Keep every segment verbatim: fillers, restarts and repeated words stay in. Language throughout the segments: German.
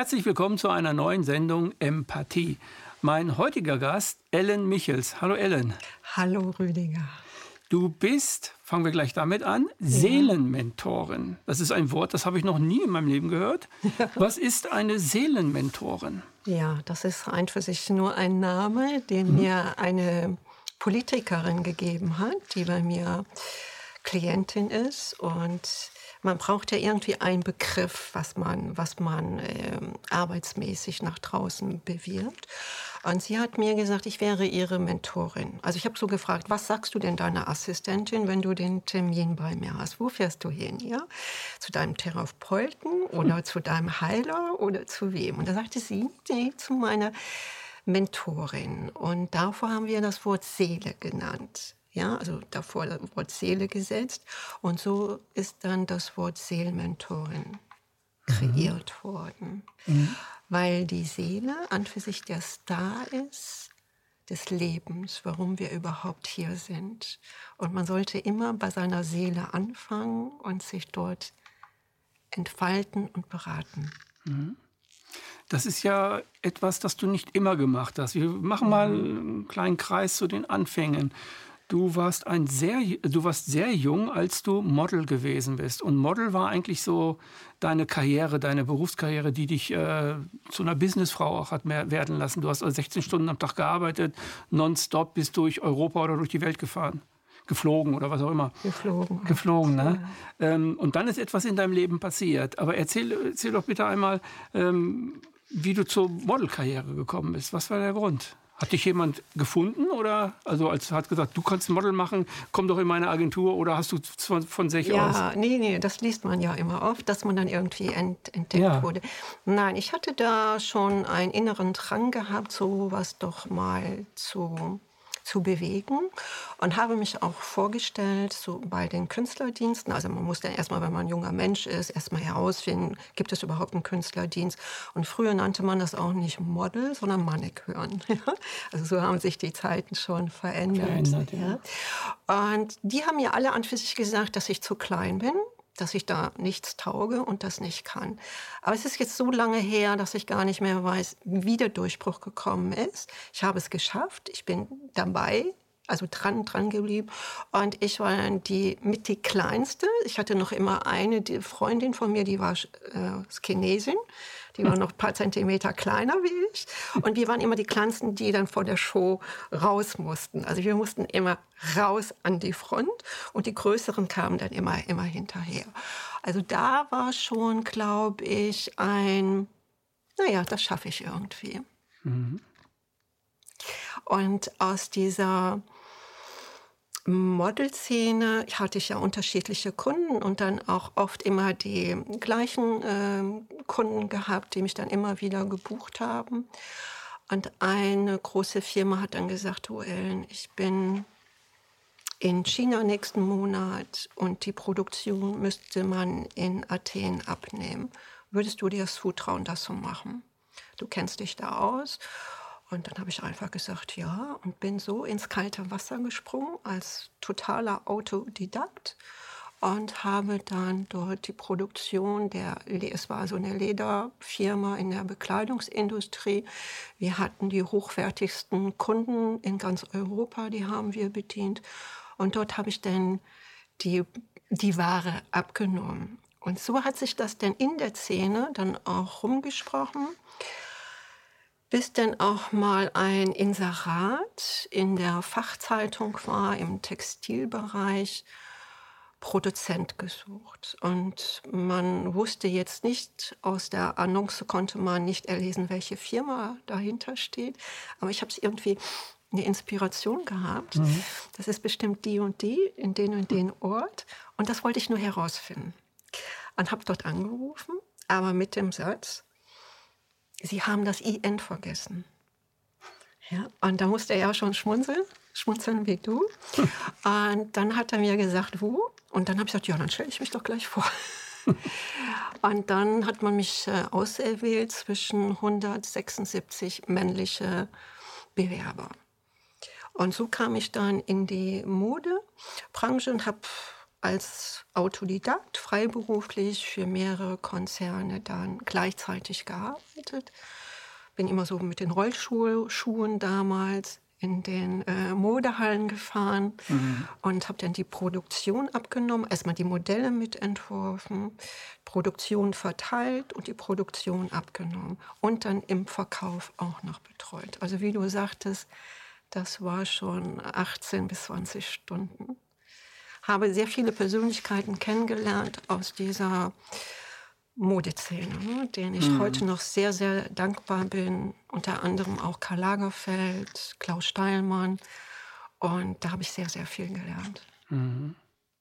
Herzlich willkommen zu einer neuen Sendung Empathie. Mein heutiger Gast, Ellen Michels. Hallo Ellen. Hallo Rüdiger. Du bist, fangen wir gleich damit an, ja. Seelenmentorin. Das ist ein Wort, das habe ich noch nie in meinem Leben gehört. Ja. Was ist eine Seelenmentorin? Ja, das ist ein für sich nur ein Name, den hm. mir eine Politikerin gegeben hat, die bei mir Klientin ist. Und man braucht ja irgendwie einen Begriff, was man, was man äh, arbeitsmäßig nach draußen bewirbt. Und sie hat mir gesagt, ich wäre ihre Mentorin. Also ich habe so gefragt, was sagst du denn deiner Assistentin, wenn du den Termin bei mir hast? Wo fährst du hin? Ja? Zu deinem Therapeuten oder hm. zu deinem Heiler oder zu wem? Und da sagte sie, nee, zu meiner Mentorin. Und davor haben wir das Wort Seele genannt. Ja, also davor das Wort Seele gesetzt. Und so ist dann das Wort Seelenmentorin kreiert mhm. worden. Mhm. Weil die Seele an für sich der Star ist des Lebens, warum wir überhaupt hier sind. Und man sollte immer bei seiner Seele anfangen und sich dort entfalten und beraten. Mhm. Das ist ja etwas, das du nicht immer gemacht hast. Wir machen mal einen kleinen Kreis zu den Anfängen. Du warst, ein sehr, du warst sehr jung, als du Model gewesen bist. Und Model war eigentlich so deine Karriere, deine Berufskarriere, die dich äh, zu einer Businessfrau auch hat mehr werden lassen. Du hast also sechzehn Stunden am Tag gearbeitet, nonstop bist durch Europa oder durch die Welt gefahren. Geflogen oder was auch immer. Geflogen. Geflogen, ne? Ja. Ähm, und dann ist etwas in deinem Leben passiert. Aber erzähl, erzähl doch bitte einmal, ähm, wie du zur Modelkarriere gekommen bist. Was war der Grund? Hat dich jemand gefunden oder also als hat gesagt, du kannst ein Model machen, komm doch in meine Agentur, oder hast du von, von sich ja, aus? Ja, nee, nee, das liest man ja immer oft, dass man dann irgendwie ent, entdeckt ja. wurde. Nein, ich hatte da schon einen inneren Drang gehabt, sowas doch mal zu zu bewegen und habe mich auch vorgestellt, so bei den Künstlerdiensten. Also man muss dann erstmal, wenn man ein junger Mensch ist, erstmal herausfinden, gibt es überhaupt einen Künstlerdienst? Und früher nannte man das auch nicht Model, sondern Mannequin. Ja? Also so haben sich die Zeiten schon verändert. verändert ja. Ja. Und die haben mir alle an für sich gesagt, dass ich zu klein bin, dass ich da nichts tauge und das nicht kann. Aber es ist jetzt so lange her, dass ich gar nicht mehr weiß, wie der Durchbruch gekommen ist. Ich habe es geschafft, ich bin dabei, also dran, dran geblieben. Und ich war die mit die Kleinste. Ich hatte noch immer eine die Freundin von mir, die war äh, Chinesin. Die war noch ein paar Zentimeter kleiner wie ich. Und wir waren immer die Kleinsten, die dann vor der Show raus mussten. Also wir mussten immer raus an die Front und die Größeren kamen dann immer, immer hinterher. Also da war schon, glaube ich, ein, naja, das schaffe ich irgendwie. Mhm. Und aus dieser Modelszene hatte ich ja unterschiedliche Kunden und dann auch oft immer die gleichen äh, Kunden gehabt, die mich dann immer wieder gebucht haben. Und eine große Firma hat dann gesagt, oh Ellen, ich bin in China nächsten Monat und die Produktion müsste man in Athen abnehmen. Würdest du dir das zutrauen, das zu machen? Du kennst dich da aus. Und dann habe ich einfach gesagt, ja, und bin so ins kalte Wasser gesprungen als totaler Autodidakt und habe dann dort die Produktion der, es war so eine Lederfirma in der Bekleidungsindustrie. Wir hatten die hochwertigsten Kunden in ganz Europa, die haben wir bedient. Und dort habe ich dann die, die Ware abgenommen. Und so hat sich das dann in der Szene dann auch rumgesprochen. Bis dann auch mal ein Inserat in der Fachzeitung war, im Textilbereich, Produzent gesucht. Und man wusste jetzt nicht, aus der Annonce konnte man nicht erlesen, welche Firma dahinter steht. Aber ich habe es irgendwie eine Inspiration gehabt. Mhm. Das ist bestimmt die und die, in den und den Ort. Und das wollte ich nur herausfinden. Und habe dort angerufen, aber mit dem Satz, Sie haben das I N vergessen. Ja, und da musste er ja schon schmunzeln, schmunzeln wie du. Und dann hat er mir gesagt, wo? Und dann habe ich gesagt, ja, dann stelle ich mich doch gleich vor. Und dann hat man mich äh, auserwählt zwischen hundertsechsundsiebzig männliche Bewerber. Und so kam ich dann in die Modebranche und habe als Autodidakt freiberuflich für mehrere Konzerne dann gleichzeitig gearbeitet. Bin immer so mit den Rollschuhen damals in den äh, Modehallen gefahren Mhm. und habe dann die Produktion abgenommen, erstmal die Modelle mitentworfen, Produktion verteilt und die Produktion abgenommen und dann im Verkauf auch noch betreut. Also wie du sagtest, das war schon achtzehn bis zwanzig Stunden. Habe sehr viele Persönlichkeiten kennengelernt aus dieser Modeszene, ne, denen ich Mhm. heute noch sehr, sehr dankbar bin. Unter anderem auch Karl Lagerfeld, Klaus Steilmann. Und da habe ich sehr, sehr viel gelernt. Mhm.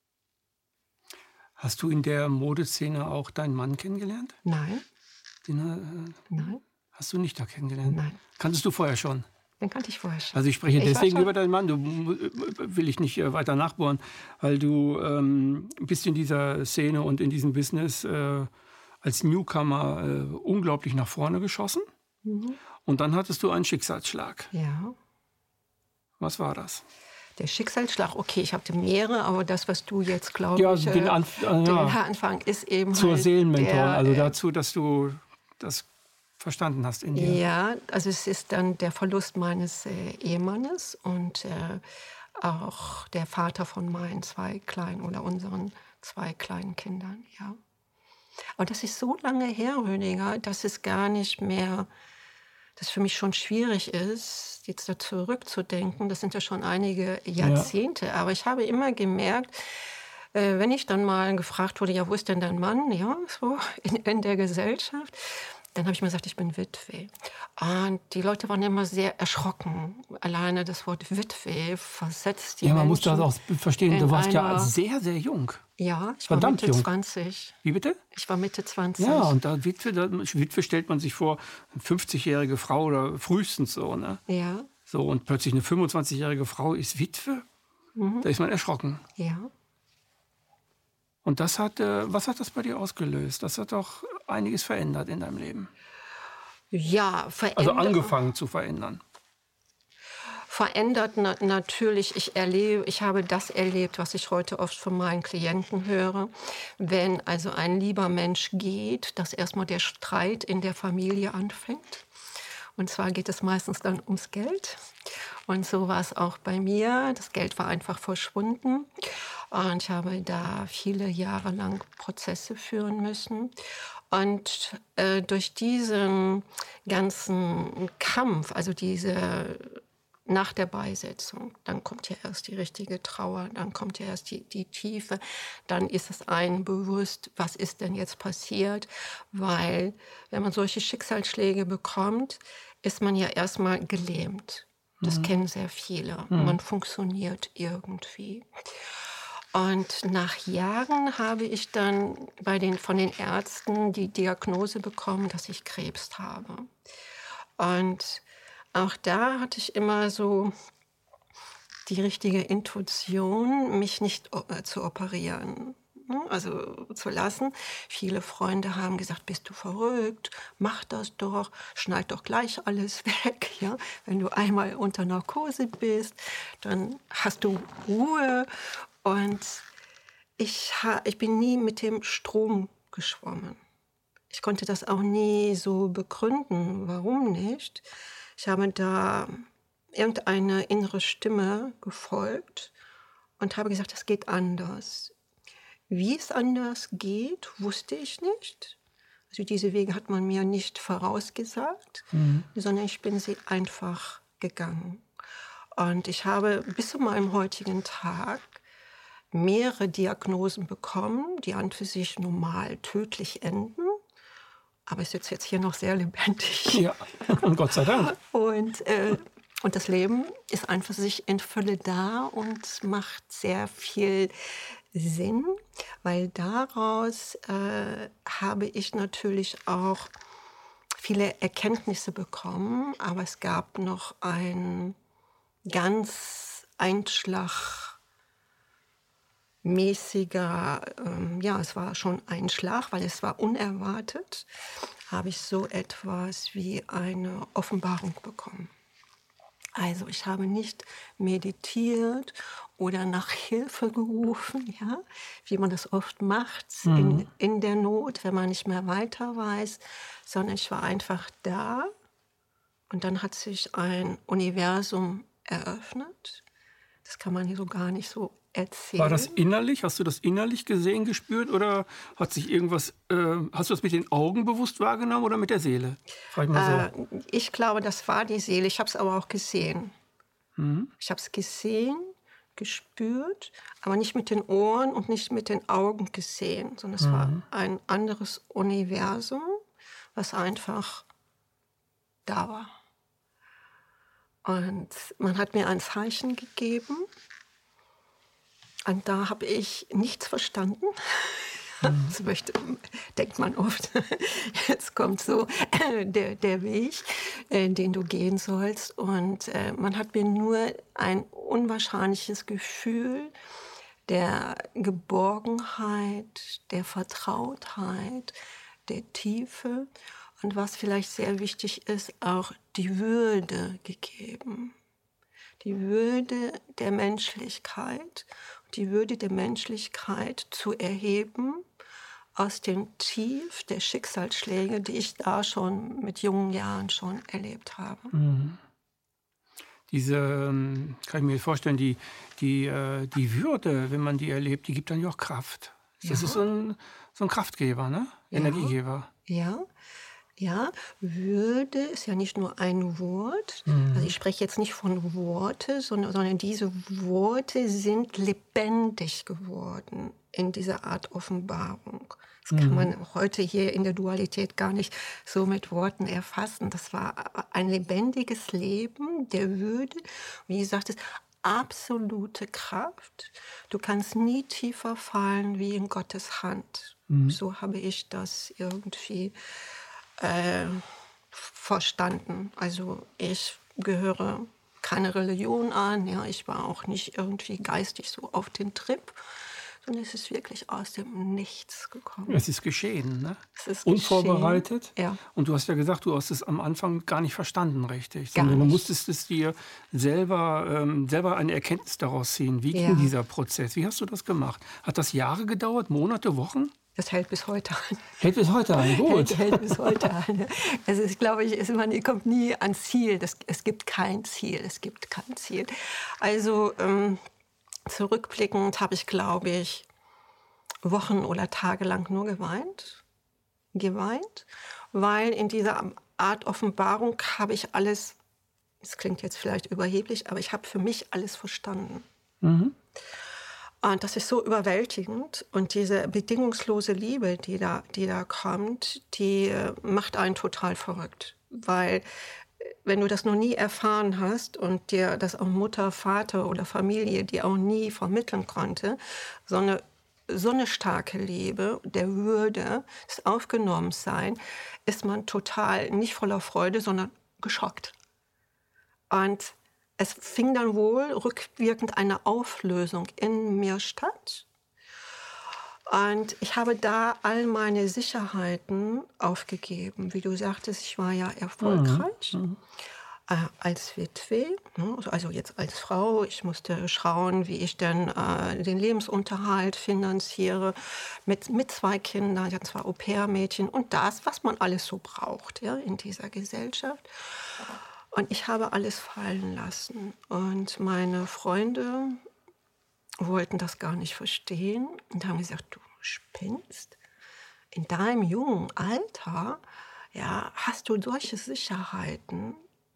Hast du in der Modeszene auch deinen Mann kennengelernt? Nein, Den äh, nein, hast du nicht da kennengelernt? nein. Kanntest du vorher schon? Den kannte ich vorher schon. Also ich spreche Ich war deswegen schon, über deinen Mann, du mu- will ich nicht äh, weiter nachbohren, weil du ähm, bist in dieser Szene und in diesem Business äh, als Newcomer äh, unglaublich nach vorne geschossen. mhm. Und dann hattest du einen Schicksalsschlag. Ja. Was war das? Der Schicksalsschlag, okay, ich hatte mehrere, aber das, was du jetzt, glaube Ja, ich, den äh, Anf äh, den ja, Anfang ist eben zur halt Seelenmentorin, der, also äh, dazu, dass du das verstanden hast in dir. ja, also es ist dann der Verlust meines äh, Ehemannes und äh, auch der Vater von meinen zwei kleinen oder unseren zwei kleinen Kindern, ja. Aber das ist so lange her, Rüdiger, dass es gar nicht mehr, dass für mich schon schwierig ist, jetzt da zurückzudenken. Das sind ja schon einige Ja. Jahrzehnte. Aber ich habe immer gemerkt, äh, wenn ich dann mal gefragt wurde, ja, wo ist denn dein Mann, ja, so in, in der Gesellschaft, dann habe ich mir gesagt, ich bin Witwe. Und die Leute waren immer sehr erschrocken. Alleine das Wort Witwe versetzt die Ja, man muss das Menschen auch verstehen. Du in warst ja einer, sehr, sehr jung. ja, ich war Verdammt Mitte jung. zwanzig. Wie bitte? Ich war Mitte zwanzig. Ja, und da Witwe, da, Witwe stellt man sich vor, eine fünfzigjährige Frau oder frühestens so, ne? Ja, So, und plötzlich eine fünfundzwanzigjährige Frau ist Witwe. mhm. Da ist man erschrocken. Ja. Und das hat, äh, was hat das bei dir ausgelöst? Das hat doch einiges verändert in deinem Leben. Ja, Also verändert, angefangen zu verändern. verändert na, natürlich. Ich erlebe, ich habe das erlebt, was ich heute oft von meinen Klienten höre. Wenn also ein lieber Mensch geht, dass erstmal der Streit in der Familie anfängt. Und zwar geht es meistens dann ums Geld. Und so war es auch bei mir. Das Geld war einfach verschwunden. Und ich habe da viele Jahre lang Prozesse führen müssen. Und äh, durch diesen ganzen Kampf, also diese nach der Beisetzung, dann kommt ja erst die richtige Trauer, dann kommt ja erst die, die Tiefe, dann ist es einem bewusst, was ist denn jetzt passiert, weil wenn man solche Schicksalsschläge bekommt, ist man ja erstmal gelähmt. Das Mhm. kennen sehr viele. Mhm. Man funktioniert irgendwie. Und nach Jahren habe ich dann bei den, von den Ärzten die Diagnose bekommen, dass ich Krebs habe. Und auch da hatte ich immer so die richtige Intuition, mich nicht äh, zu operieren, ne, also zu lassen. Viele Freunde haben gesagt, bist du verrückt, mach das doch, schneid doch gleich alles weg. Ja? Wenn du einmal unter Narkose bist, dann hast du Ruhe. Und ich, ha, ich bin nie mit dem Strom geschwommen. Ich konnte das auch nie so begründen, warum nicht. Ich habe da irgendeine innere Stimme gefolgt und habe gesagt, es geht anders. Wie es anders geht, wusste ich nicht. Also diese Wege hat man mir nicht vorausgesagt, Mhm. sondern ich bin sie einfach gegangen. Und ich habe bis zu meinem heutigen Tag mehrere Diagnosen bekommen, die an für sich normal tödlich enden. Aber ich sitze jetzt hier noch sehr lebendig. Ja, und Gott sei Dank. Und, äh, und das Leben ist einfach sich in Fülle da und macht sehr viel Sinn, weil daraus äh, habe ich natürlich auch viele Erkenntnisse bekommen. Aber es gab noch ein ganz Einschlag. mäßiger, ähm, ja, es war schon ein Schlag, weil es war unerwartet, habe ich so etwas wie eine Offenbarung bekommen. Also ich habe nicht meditiert oder nach Hilfe gerufen, ja, wie man das oft macht Mhm. in, in der Not, wenn man nicht mehr weiter weiß, sondern ich war einfach da und dann hat sich ein Universum eröffnet. Das kann man hier so gar nicht so War das erzählen. innerlich? Hast du das innerlich gesehen, gespürt oder hat sich irgendwas äh, hast du das mit den Augen bewusst wahrgenommen oder mit der Seele? Frage ich mal so. Äh, Ich glaube, das war die Seele. Ich habe es aber auch gesehen. Mhm. Ich habe es gesehen, gespürt, aber nicht mit den Ohren und nicht mit den Augen gesehen, sondern es war Mhm. ein anderes Universum, was einfach da war. Und man hat mir ein Zeichen gegeben und da habe ich nichts verstanden. Mhm. Das möchte, denkt man oft. Jetzt kommt so der, der Weg, äh, den du gehen sollst. Und äh, man hat mir nur ein unwahrscheinliches Gefühl der Geborgenheit, der Vertrautheit, der Tiefe und was vielleicht sehr wichtig ist, auch die Würde gegeben. Die Würde der Menschlichkeit, die Würde der Menschlichkeit zu erheben aus dem Tief der Schicksalsschläge, die ich da schon mit jungen Jahren schon erlebt habe. Mhm. Diese, ähm, kann ich mir vorstellen, die die, äh die Würde, wenn man die erlebt, die gibt dann ja auch Kraft. Das ist Ja, so 'n so 'n Kraftgeber, ne? ja, Energiegeber. ja. Ja, Würde ist ja nicht nur ein Wort. Also Mhm. ich spreche jetzt nicht von Worte, sondern, sondern diese Worte sind lebendig geworden in dieser Art Offenbarung. Das kann Mhm. man heute hier in der Dualität gar nicht so mit Worten erfassen. Das war ein lebendiges Leben der Würde. Wie gesagt, es ist absolute Kraft. Du kannst nie tiefer fallen wie in Gottes Hand. Mhm. So habe ich das irgendwie äh, verstanden. Also ich gehöre keine Religion an, ja, ich war auch nicht irgendwie geistig so auf den Trip, sondern es ist wirklich aus dem Nichts gekommen. Es ist geschehen, ne? Es ist geschehen, Unvorbereitet. ja, Und du hast ja gesagt, du hast es am Anfang gar nicht verstanden richtig, gar sondern du nicht. musstest es dir selber ähm, selber eine Erkenntnis daraus ziehen. Wie ging Ja, dieser Prozess? Wie hast du das gemacht? Hat das Jahre gedauert, Monate, Wochen? das hält bis heute an. Hält bis heute an, hält, gut. hält bis heute an. Also ich glaube, ich, man kommt nie ans Ziel. Das, es gibt kein Ziel. Es gibt kein Ziel. Also ähm, zurückblickend habe ich, glaube ich, Wochen oder Tage lang nur geweint, geweint, weil in dieser Art Offenbarung habe ich alles, das klingt jetzt vielleicht überheblich, aber ich habe für mich alles verstanden. Mhm. Und das ist so überwältigend. Und diese bedingungslose Liebe, die da, die da kommt, die äh, macht einen total verrückt. Weil äh, wenn du das noch nie erfahren hast und dir das auch Mutter, Vater oder Familie dir auch nie vermitteln konnte, so eine, so eine starke Liebe der Würde, des Aufgenommensein, ist man total nicht voller Freude, sondern geschockt. Und es fing dann wohl rückwirkend eine Auflösung in mir statt. Und ich habe da all meine Sicherheiten aufgegeben. Wie du sagtest, ich war ja Mhm. erfolgreich Mhm. äh, als Witwe, ne, also jetzt als Frau. Ich musste schauen, wie ich denn äh, den Lebensunterhalt finanziere mit, mit zwei Kindern, ja, zwei Au-pair-Mädchen und das, was man alles so braucht, ja, in dieser Gesellschaft. Und ich habe alles fallen lassen. Und meine Freunde wollten das gar nicht verstehen und haben gesagt, du spinnst. In deinem jungen Alter, ja, hast du solche Sicherheiten.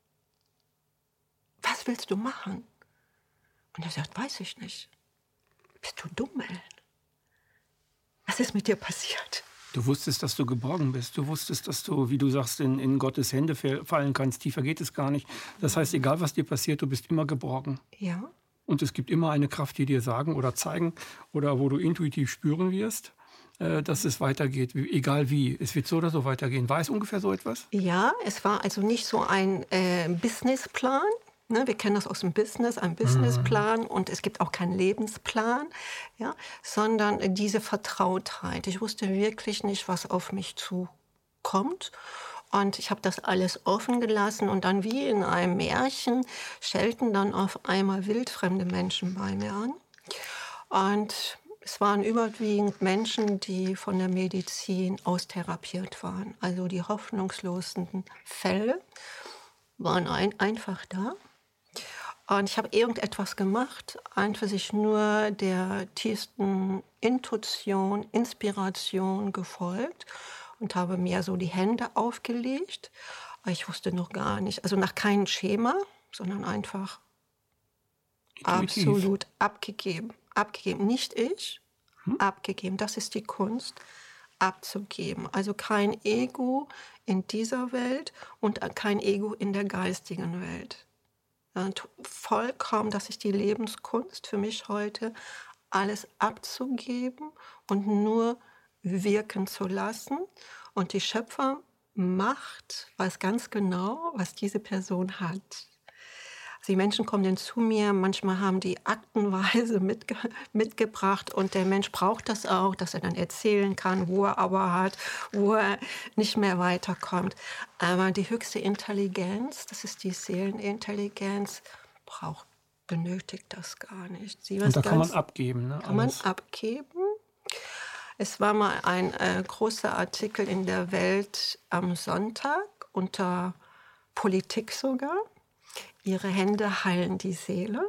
Was willst du machen? Und er sagt, weiß ich nicht. Bist du dumm, Ellen? Was ist mit dir passiert? Du wusstest, dass du geborgen bist. Du wusstest, dass du, wie du sagst, in, in Gottes Hände fa- fallen kannst. Tiefer geht es gar nicht. Das heißt, egal was dir passiert, du bist immer geborgen. Ja, Und es gibt immer eine Kraft, die dir sagen oder zeigen oder wo du intuitiv spüren wirst, äh, dass es weitergeht, wie- egal wie. Es wird so oder so weitergehen. War es ungefähr so etwas? ja, es war also nicht so ein äh, Businessplan. Ne, wir kennen das aus dem Business, ein Mhm. Businessplan und es gibt auch keinen Lebensplan, ja, sondern äh, diese Vertrautheit. Ich wusste wirklich nicht, was auf mich zukommt. Und ich habe das alles offen gelassen und dann wie in einem Märchen schelten dann auf einmal wildfremde Menschen bei mir an. Und es waren überwiegend Menschen, die von der Medizin austherapiert waren. Also die hoffnungslosen Fälle waren ein, einfach da. Und ich habe irgendetwas gemacht, einfach sich nur der tiefsten Intuition, Inspiration gefolgt und habe mir so die Hände aufgelegt. Aber ich wusste noch gar nicht, also nach keinem Schema, sondern einfach Intuitiv. absolut abgegeben. Abgegeben, nicht ich, Hm? abgegeben. Das ist die Kunst, abzugeben. Also kein Ego in dieser Welt und kein Ego in der geistigen Welt. Und vollkommen, das ist die Lebenskunst für mich heute, alles abzugeben und nur wirken zu lassen. Und die Schöpfermacht weiß ganz genau, was diese Person hat. Also die Menschen kommen dann zu mir, manchmal haben die aktenweise mitge mitgebracht und der Mensch braucht das auch, dass er dann erzählen kann, wo er aber hat, wo er nicht mehr weiterkommt. Aber die höchste Intelligenz, das ist die Seelenintelligenz, braucht, benötigt das gar nicht. Sie Und da kann man ganz, abgeben, ne? kann man Alles. abgeben. Es war mal ein äh, großer Artikel in der Welt am Sonntag unter Politik sogar. Ihre Hände heilen die Seele.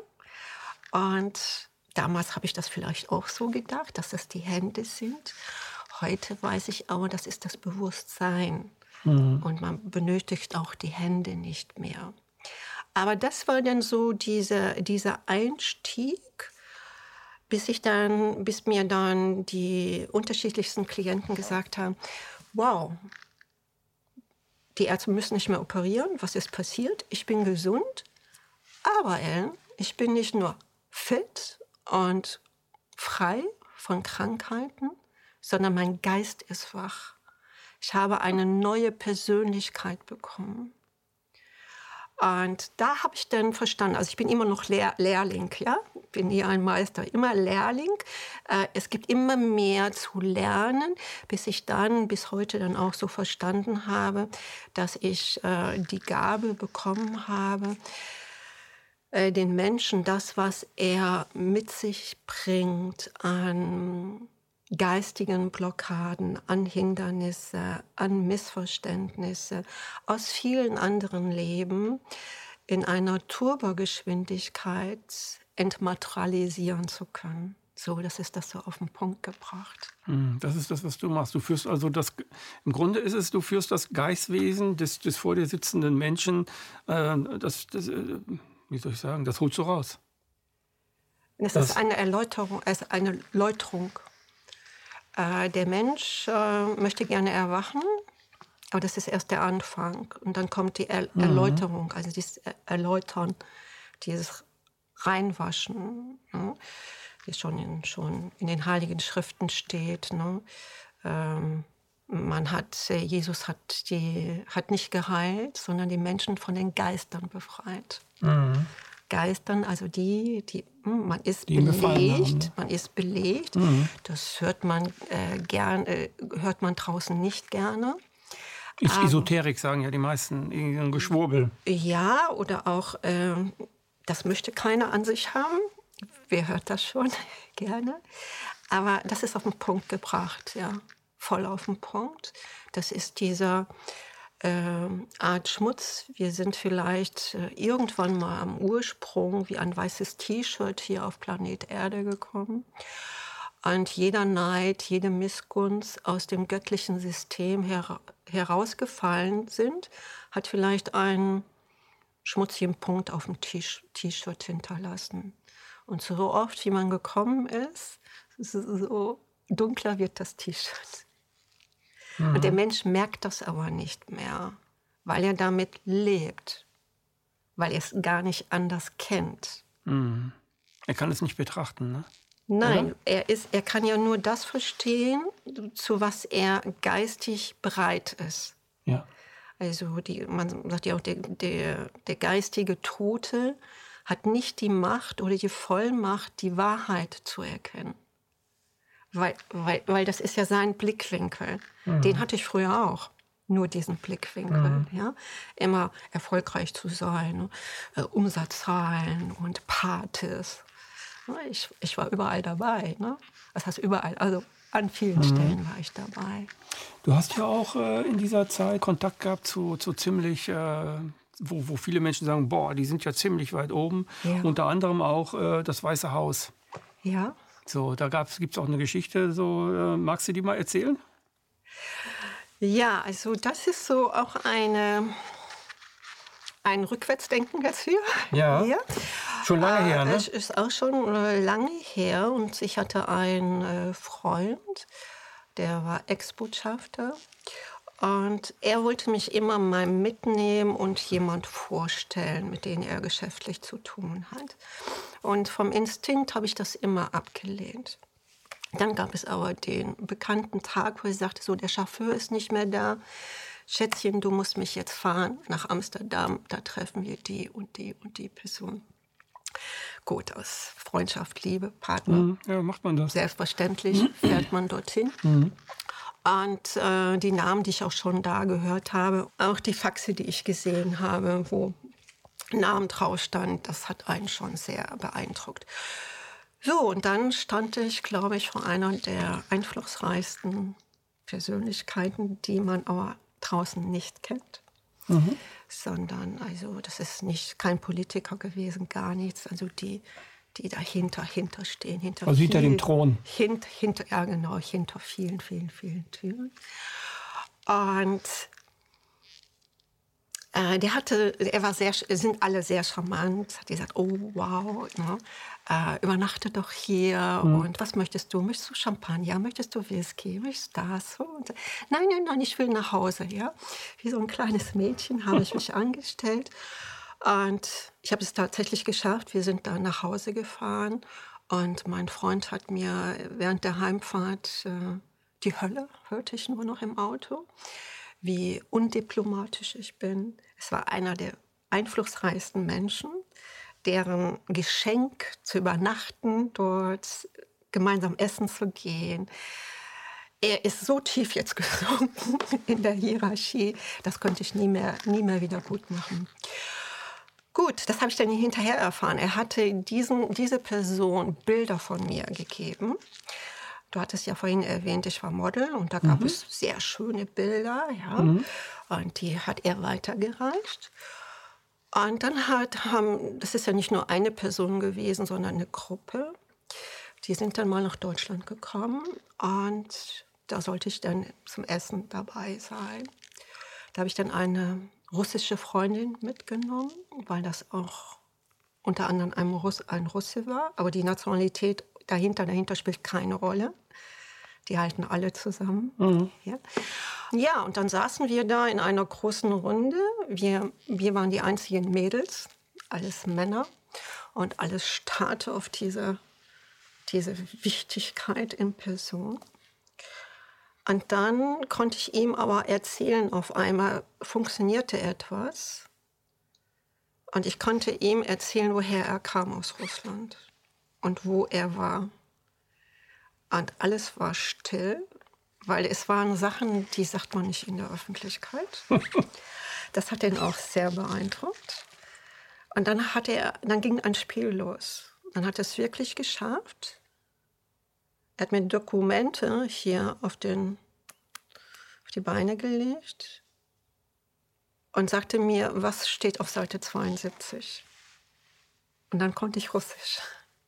Und damals habe ich das vielleicht auch so gedacht, dass das die Hände sind. Heute weiß ich aber, das ist das Bewusstsein. Mhm. Und man benötigt auch die Hände nicht mehr. Aber das war dann so diese, dieser Einstieg, bis, ich dann, bis mir dann die unterschiedlichsten Klienten gesagt haben, wow, die Ärzte müssen nicht mehr operieren. Was ist passiert? Ich bin gesund. Aber Ellen, ich bin nicht nur fit und frei von Krankheiten, sondern mein Geist ist wach. Ich habe eine neue Persönlichkeit bekommen. Und da habe ich dann verstanden, also ich bin immer noch Lehr Lehrling, ja, bin nie ein Meister, immer Lehrling. Äh, es gibt immer mehr zu lernen, bis ich dann, bis heute dann auch so verstanden habe, dass ich äh, die Gabe bekommen habe, äh, den Menschen das, was er mit sich bringt an geistigen Blockaden, an Hindernisse, an Missverständnisse aus vielen anderen Leben in einer Turbogeschwindigkeit entmaterialisieren zu können. So, das ist das so auf den Punkt gebracht. Das ist das, was du machst. Du führst also das, im Grunde ist es, du führst das Geistwesen des, des vor dir sitzenden Menschen, äh, das, das, äh, wie soll ich sagen, das holst du raus. Es Das- ist eine Erläuterung, es ist eine Läuterung. Äh, der Mensch äh, möchte gerne erwachen, aber das ist erst der Anfang. Und dann kommt die er Erläuterung, also dieses er Erläutern, dieses Reinwaschen, ne? Wie schon in, schon in den Heiligen Schriften steht. Ne? Ähm, man hat, äh, Jesus hat, die, hat nicht geheilt, sondern die Menschen von den Geistern befreit. Mhm. Geistern, also die, die man ist Die ihm gefallen haben, belegt, ne? man ist belegt. Mhm. Das hört man äh, gern, äh, hört man draußen nicht gerne. Ist Esoterik, sagen ja die meisten, irgendein Geschwurbel. Ja, oder auch, äh, das möchte keiner an sich haben. Wer hört das schon gerne? Aber das ist auf den Punkt gebracht, ja, voll auf den Punkt. Das ist dieser äh, Art Schmutz. Wir sind vielleicht äh, irgendwann mal am Ursprung wie ein weißes T-Shirt hier auf Planet Erde gekommen. Und jeder Neid, jede Missgunst aus dem göttlichen System her herausgefallen sind, hat vielleicht einen schmutzigen Punkt auf dem T-Shirt hinterlassen. Und so oft, wie man gekommen ist, so dunkler wird das T-Shirt. Mhm. Und der Mensch merkt das aber nicht mehr, weil er damit lebt, weil er es gar nicht anders kennt. Mhm. Er kann es nicht betrachten, ne? Nein, er, ist, er kann ja nur das verstehen, zu was er geistig bereit ist. Ja. Also die, man sagt ja auch, der, der, der geistige Tote hat nicht die Macht oder die Vollmacht, die Wahrheit zu erkennen. Weil, weil, weil das ist ja sein Blickwinkel. Mhm. Den hatte ich früher auch. nur diesen Blickwinkel. Mhm. Ja? Immer erfolgreich zu sein, ne? äh, Umsatzzahlen und Partys. Ne? Ich, ich war überall dabei. Ne? Das heißt überall, also an vielen Mhm. Stellen war ich dabei. Du hast ja auch äh, in dieser Zeit Kontakt gehabt zu, zu ziemlich, äh, wo, wo viele Menschen sagen, boah, die sind ja ziemlich weit oben. Ja. Unter anderem auch äh, das Weiße Haus. Ja. So, da gibt es auch eine Geschichte. So, äh, magst du die mal erzählen? Ja, also das ist so auch eine, ein Rückwärtsdenken jetzt hier. Ja. Ja. Schon lange her, ne? Es ist auch schon äh, lange her und ich hatte einen äh, Freund, der war Ex-Botschafter und er wollte mich immer mal mitnehmen und jemand vorstellen, mit dem er geschäftlich zu tun hat. Und vom Instinkt habe ich das immer abgelehnt. Dann gab es aber den bekannten Tag, wo ich sagte, so, der Chauffeur ist nicht mehr da. Schätzchen, du musst mich jetzt fahren nach Amsterdam. Da treffen wir die und die und die Person. Gut, aus Freundschaft, Liebe, Partner. Mhm. Ja, macht man das. Selbstverständlich fährt man dorthin. Mhm. Und äh, die Namen, die ich auch schon da gehört habe, auch die Faxe, die ich gesehen habe, wo Namen drauf stand, das hat einen schon sehr beeindruckt. So, und dann stand ich, glaube ich, vor einer der einflussreichsten Persönlichkeiten, die man aber draußen nicht kennt. Mhm. Sondern, also das ist nicht kein Politiker gewesen, gar nichts. Also die, die dahinter, hinter stehen. Hinter also hinter viel, dem Thron. Hint, hinter, ja, genau, hinter vielen, vielen, vielen Türen. Und äh, der hatte, er war sehr, sind alle sehr charmant. Hat gesagt, oh wow, ne? äh, übernachte doch hier. Mhm. Und was möchtest du? Möchtest du Champagner? Möchtest du Whisky? Möchtest du das? Und, nein, nein, nein, ich will nach Hause. Ja? Wie so ein kleines Mädchen habe ich mich angestellt. Und ich habe es tatsächlich geschafft. Wir sind dann nach Hause gefahren. Und mein Freund hat mir während der Heimfahrt äh, die Hölle, hörte ich nur noch im Auto, wie undiplomatisch ich bin. Es war einer der einflussreichsten Menschen, deren Geschenk zu übernachten, dort gemeinsam essen zu gehen. Er ist so tief jetzt gesunken in der Hierarchie, das konnte ich nie mehr, nie mehr wieder gut machen. Gut, das habe ich dann hinterher erfahren. Er hatte diesen, diese Person Bilder von mir gegeben. Du hattest ja vorhin erwähnt, ich war Model und da gab mhm. es sehr schöne Bilder. Ja? Mhm. Und die hat er weitergereicht. Und dann hat, haben, das ist ja nicht nur eine Person gewesen, sondern eine Gruppe. Die sind dann mal nach Deutschland gekommen und da sollte ich dann zum Essen dabei sein. Da habe ich dann eine russische Freundin mitgenommen, weil das auch unter anderem ein, Russ, ein Russe war. Aber die Nationalität dahinter, dahinter spielt keine Rolle. Die halten alle zusammen. Mhm. Ja. Ja, und dann saßen wir da in einer großen Runde. Wir, wir waren die einzigen Mädels, alles Männer. Und alles starrte auf diese, diese Wichtigkeit in Person. Und dann konnte ich ihm aber erzählen, auf einmal funktionierte etwas. Und ich konnte ihm erzählen, woher er kam aus Russland und wo er war. Und alles war still, weil es waren Sachen, die sagt man nicht in der Öffentlichkeit. Das hat ihn auch sehr beeindruckt. Und dann, hat er, dann ging ein Spiel los. Dann hat er es wirklich geschafft. Er hat mir Dokumente hier auf, den, auf die Beine gelegt und sagte mir, was steht auf Seite zweiundsiebzig. Und dann konnte ich Russisch.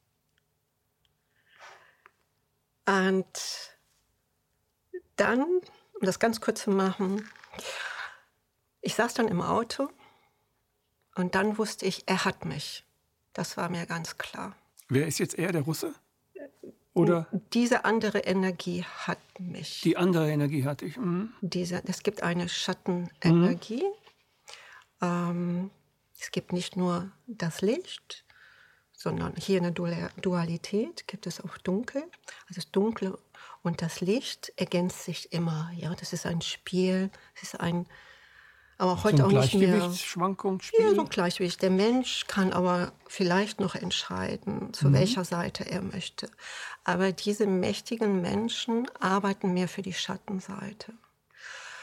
Und dann, um das ganz kurz zu machen, ich saß dann im Auto und dann wusste ich, er hat mich. Das war mir ganz klar. Wer ist jetzt er, der Russe? Oder? Diese andere Energie hat mich. Die andere Energie hatte ich. Mhm. Diese, es gibt eine Schattenenergie. Mhm. Ähm, es gibt nicht nur das Licht, sondern hier eine Dualität, gibt es auch Dunkel. Also das Dunkle und das Licht ergänzt sich immer. Ja, das ist ein Spiel, es ist ein, aber heute so ein auch nicht mehr. Gleichgewichtsschwankungsspiel? Ja, so ein Gleichgewicht. Der Mensch kann aber vielleicht noch entscheiden, zu mhm. welcher Seite er möchte. Aber diese mächtigen Menschen arbeiten mehr für die Schattenseite.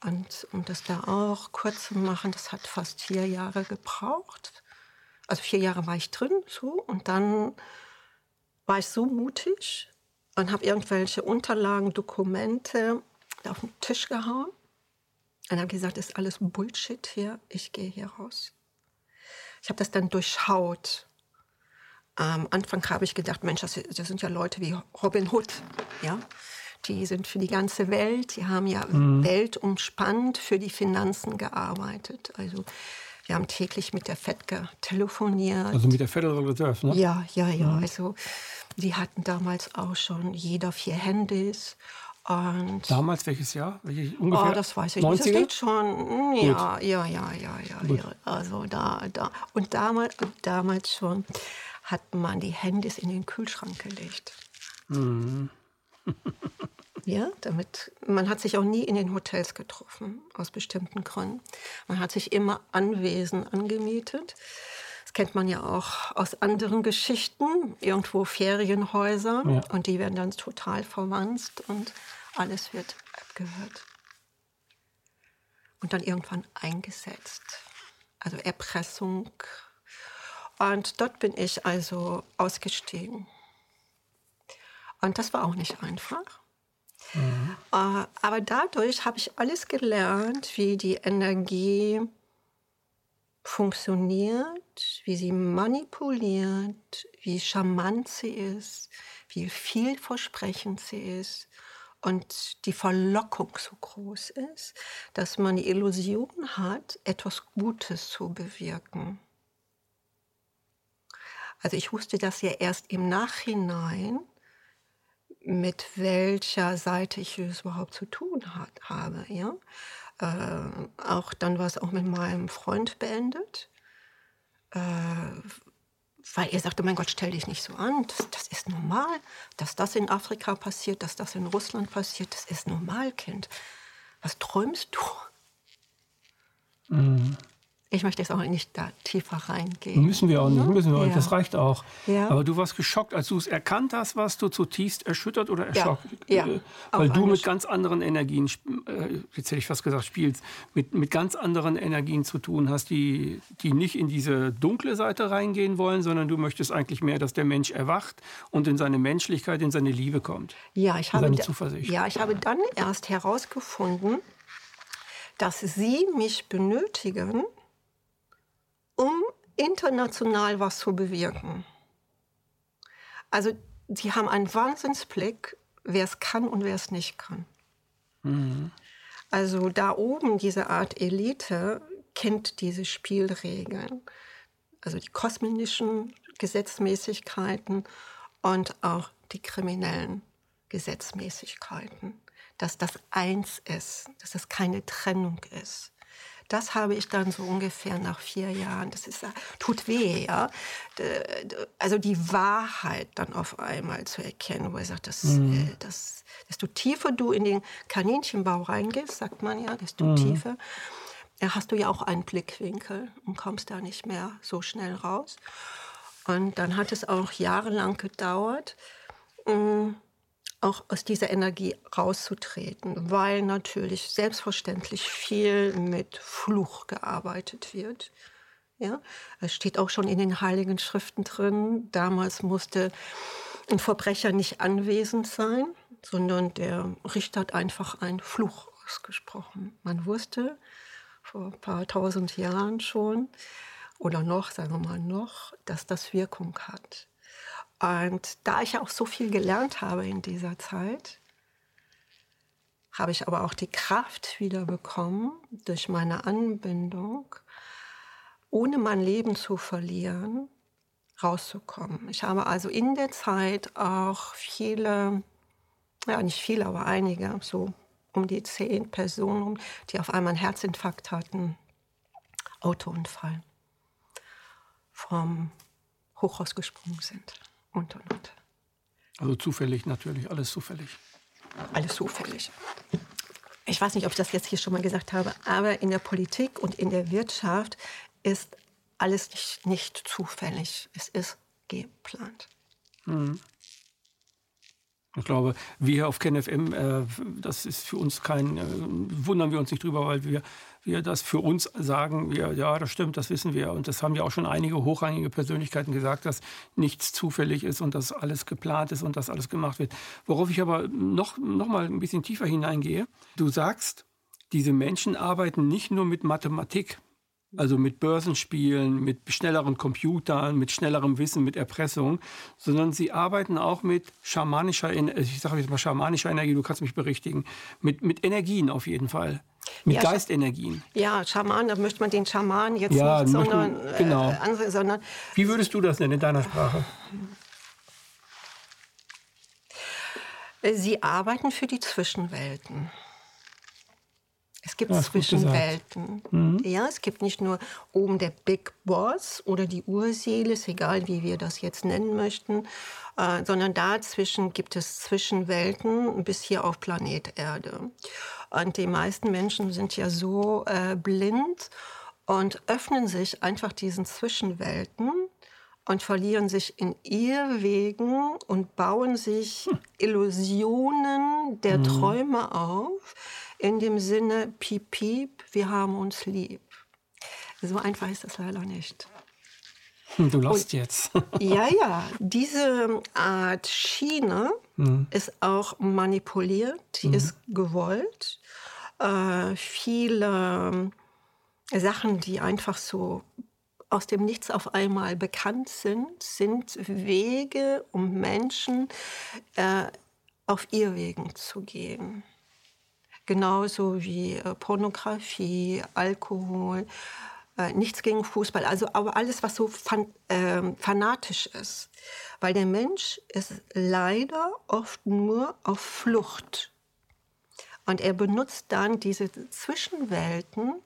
Und um das da auch kurz zu machen, das hat fast vier Jahre gebraucht. Also vier Jahre war ich drin, so. Und dann war ich so mutig und habe irgendwelche Unterlagen, Dokumente auf den Tisch gehauen. Und habe gesagt, das ist alles Bullshit hier, ich gehe hier raus. Ich habe das dann durchschaut. Am Anfang habe ich gedacht, Mensch, das, das sind ja Leute wie Robin Hood, ja. Die sind für die ganze Welt, die haben ja mhm. weltumspannt für die Finanzen gearbeitet. Also wir haben täglich mit der F E D telefoniert. Also mit der Federal Reserve, ne? Ja, ja, ja. Mhm. Also die hatten damals auch schon jeder vier Handys. Und damals welches Jahr? Welche, ungefähr? Oh, das weiß ich neunziger? nicht. Das liegt schon, ja, ja, ja, ja, ja, ja. Also da, da. Und damals, damals schon hat man die Handys in den Kühlschrank gelegt. Mhm. Ja, damit, man hat sich auch nie in den Hotels getroffen, aus bestimmten Gründen. Man hat sich immer Anwesen angemietet. Das kennt man ja auch aus anderen Geschichten, irgendwo Ferienhäuser. Ja. Und die werden dann total verwanzt und alles wird abgehört. Und dann irgendwann eingesetzt. Also Erpressung. Und dort bin ich also ausgestiegen. Und das war auch nicht einfach. Mhm. Uh, aber dadurch habe ich alles gelernt, wie die Energie funktioniert, wie sie manipuliert, wie charmant sie ist, wie vielversprechend sie ist und die Verlockung so groß ist, dass man die Illusion hat, etwas Gutes zu bewirken. Also ich wusste das ja erst im Nachhinein, mit welcher Seite ich es überhaupt zu tun hat, habe. Ja? Äh, auch dann war es auch mit meinem Freund beendet, äh, weil er sagte, mein Gott, stell dich nicht so an, das, das ist normal, dass das in Afrika passiert, dass das in Russland passiert, das ist normal, Kind. Was träumst du? Mhm. Ich möchte jetzt auch nicht da tiefer reingehen. Müssen wir auch nicht, müssen wir auch ja. nicht. Das reicht auch. Ja. Aber du warst geschockt, als du es erkannt hast, warst du zutiefst erschüttert oder erschockt? Ja. Ja. Weil du mit ganz anderen Energien, äh, jetzt hätte ich fast gesagt, spielst, mit, mit ganz anderen Energien zu tun hast, die, die nicht in diese dunkle Seite reingehen wollen, sondern du möchtest eigentlich mehr, dass der Mensch erwacht und in seine Menschlichkeit, in seine Liebe kommt. Ja, ich habe, seine Zuversicht. Ja, ich habe dann erst herausgefunden, dass sie mich benötigen, um international was zu bewirken. Also sie haben einen Wahnsinnsblick, wer es kann und wer es nicht kann. Mhm. Also da oben, diese Art Elite, kennt diese Spielregeln. Also die kosmischen Gesetzmäßigkeiten und auch die kriminellen Gesetzmäßigkeiten. Dass das eins ist, dass es keine Trennung ist. Das habe ich dann so ungefähr nach vier Jahren, das ist, tut weh, ja. Also die Wahrheit dann auf einmal zu erkennen, wo er sagt, das, mhm. das, desto tiefer du in den Kaninchenbau reingehst, sagt man ja, desto mhm. tiefer, hast du ja auch einen Blickwinkel und kommst da nicht mehr so schnell raus. Und dann hat es auch jahrelang gedauert, mh, auch aus dieser Energie rauszutreten, weil natürlich selbstverständlich viel mit Fluch gearbeitet wird. Ja? Es steht auch schon in den Heiligen Schriften drin, damals musste ein Verbrecher nicht anwesend sein, sondern der Richter hat einfach einen Fluch ausgesprochen. Man wusste vor ein paar tausend Jahren schon, oder noch, sagen wir mal noch, dass das Wirkung hat. Und da ich ja auch so viel gelernt habe in dieser Zeit, habe ich aber auch die Kraft wieder bekommen, durch meine Anbindung, ohne mein Leben zu verlieren, rauszukommen. Ich habe also in der Zeit auch viele, ja nicht viele, aber einige, so um die zehn Personen, die auf einmal einen Herzinfarkt hatten, Autounfall, vom Hochhaus gesprungen sind. Und, und, und. Also zufällig natürlich, alles zufällig. Alles zufällig. Ich weiß nicht, ob ich das jetzt hier schon mal gesagt habe, aber in der Politik und in der Wirtschaft ist alles nicht, nicht zufällig. Es ist geplant. Mhm. Ich glaube, wir auf KenFM, äh, das ist für uns kein, äh, wundern wir uns nicht drüber, weil wir, wir das für uns sagen, wir, ja, das stimmt, das wissen wir. Und das haben ja auch schon einige hochrangige Persönlichkeiten gesagt, dass nichts zufällig ist und dass alles geplant ist und dass alles gemacht wird. Worauf ich aber noch, noch mal ein bisschen tiefer hineingehe. Du sagst, diese Menschen arbeiten nicht nur mit Mathematik, also mit Börsenspielen, mit schnelleren Computern, mit schnellerem Wissen, mit Erpressung, sondern sie arbeiten auch mit schamanischer, ich sage jetzt mal schamanischer Energie, du kannst mich berichtigen, mit, mit Energien auf jeden Fall, mit Ja, Geistenergien. Ja, Schaman, da möchte man den Schaman jetzt Ja, nicht, möchten- sondern, genau. äh, andere, sondern Wie würdest du das nennen in deiner Sprache? äh, sie arbeiten für die Zwischenwelten. Es gibt Ja, ist gut Zwischenwelten. Mhm. Ja, es gibt nicht nur oben der Big Boss oder die Urseele, ist egal, wie wir das jetzt nennen möchten, äh, sondern dazwischen gibt es Zwischenwelten bis hier auf Planet Erde. Und die meisten Menschen sind ja so äh, blind und öffnen sich einfach diesen Zwischenwelten und verlieren sich in Irrwegen und bauen sich Illusionen der Träume auf, in dem Sinne, piep, piep, wir haben uns lieb. So einfach ist das leider nicht. Du lachst jetzt. Ja, ja, diese Art Schiene ist auch manipuliert, die ist gewollt. Äh, viele Sachen, die einfach so aus dem Nichts auf einmal bekannt sind, sind Wege, um Menschen äh, auf Irrwegen zu gehen. Genauso wie äh, Pornografie, Alkohol, äh, nichts gegen Fußball, also aber alles, was so fan äh, fanatisch ist. Weil der Mensch ist leider oft nur auf Flucht. Und er benutzt dann diese Zwischenwelten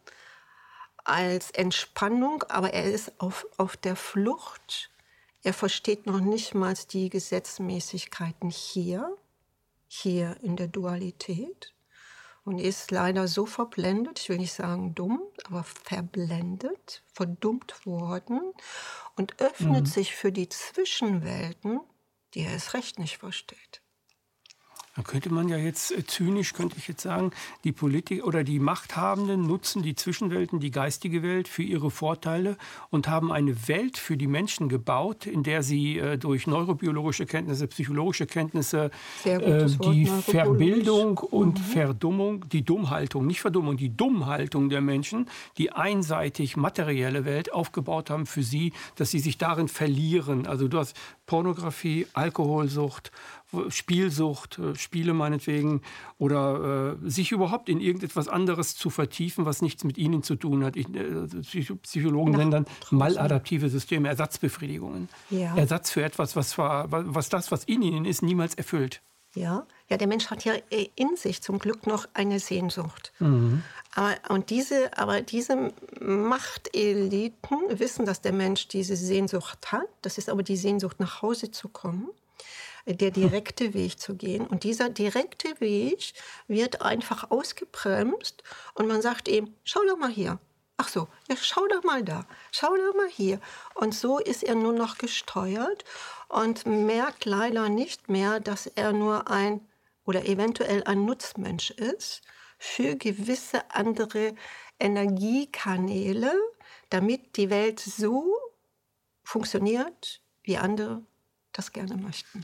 als Entspannung, aber er ist auf, auf der Flucht. Er versteht noch nicht mal die Gesetzmäßigkeiten hier, hier in der Dualität. Und ist leider so verblendet, ich will nicht sagen dumm, aber verblendet, verdummt worden und öffnet sich für die Zwischenwelten, die er erst recht nicht versteht. Da könnte man ja jetzt äh, zynisch, könnte ich jetzt sagen, die Politiker oder die Machthabenden nutzen die Zwischenwelten, die geistige Welt für ihre Vorteile und haben eine Welt für die Menschen gebaut, in der sie äh, durch neurobiologische Kenntnisse, psychologische Kenntnisse, Sehr äh, gutes Wort, die neurobiologisch. Verbildung und Verdummung, die Dummhaltung, nicht Verdummung, die Dummhaltung der Menschen, die einseitig materielle Welt aufgebaut haben für sie, dass sie sich darin verlieren. Also du hast Pornografie, Alkoholsucht, Spielsucht, äh, Spiele meinetwegen, oder äh, sich überhaupt in irgendetwas anderes zu vertiefen, was nichts mit ihnen zu tun hat. Ich, äh, Psycho- Psychologen Nach nennen dann draußen. maladaptive Systeme, Ersatzbefriedigungen. Ja. Ersatz für etwas, was, zwar, was das, was in ihnen ist, niemals erfüllt. Ja, ja, der Mensch hat ja äh, in sich zum Glück noch eine Sehnsucht. Aber, und diese, aber diese Machteliten wissen, dass der Mensch diese Sehnsucht hat. Das ist aber die Sehnsucht, nach Hause zu kommen, äh, der direkte Weg zu gehen. Und dieser direkte Weg wird einfach ausgebremst und man sagt ihm, schau doch mal hier. Ach so, ja, schau doch mal da, schau doch mal hier. Und so ist er nur noch gesteuert und merkt leider nicht mehr, dass er nur ein oder eventuell ein Nutzmensch ist für gewisse andere Energiekanäle, damit die Welt so funktioniert, wie andere das gerne möchten.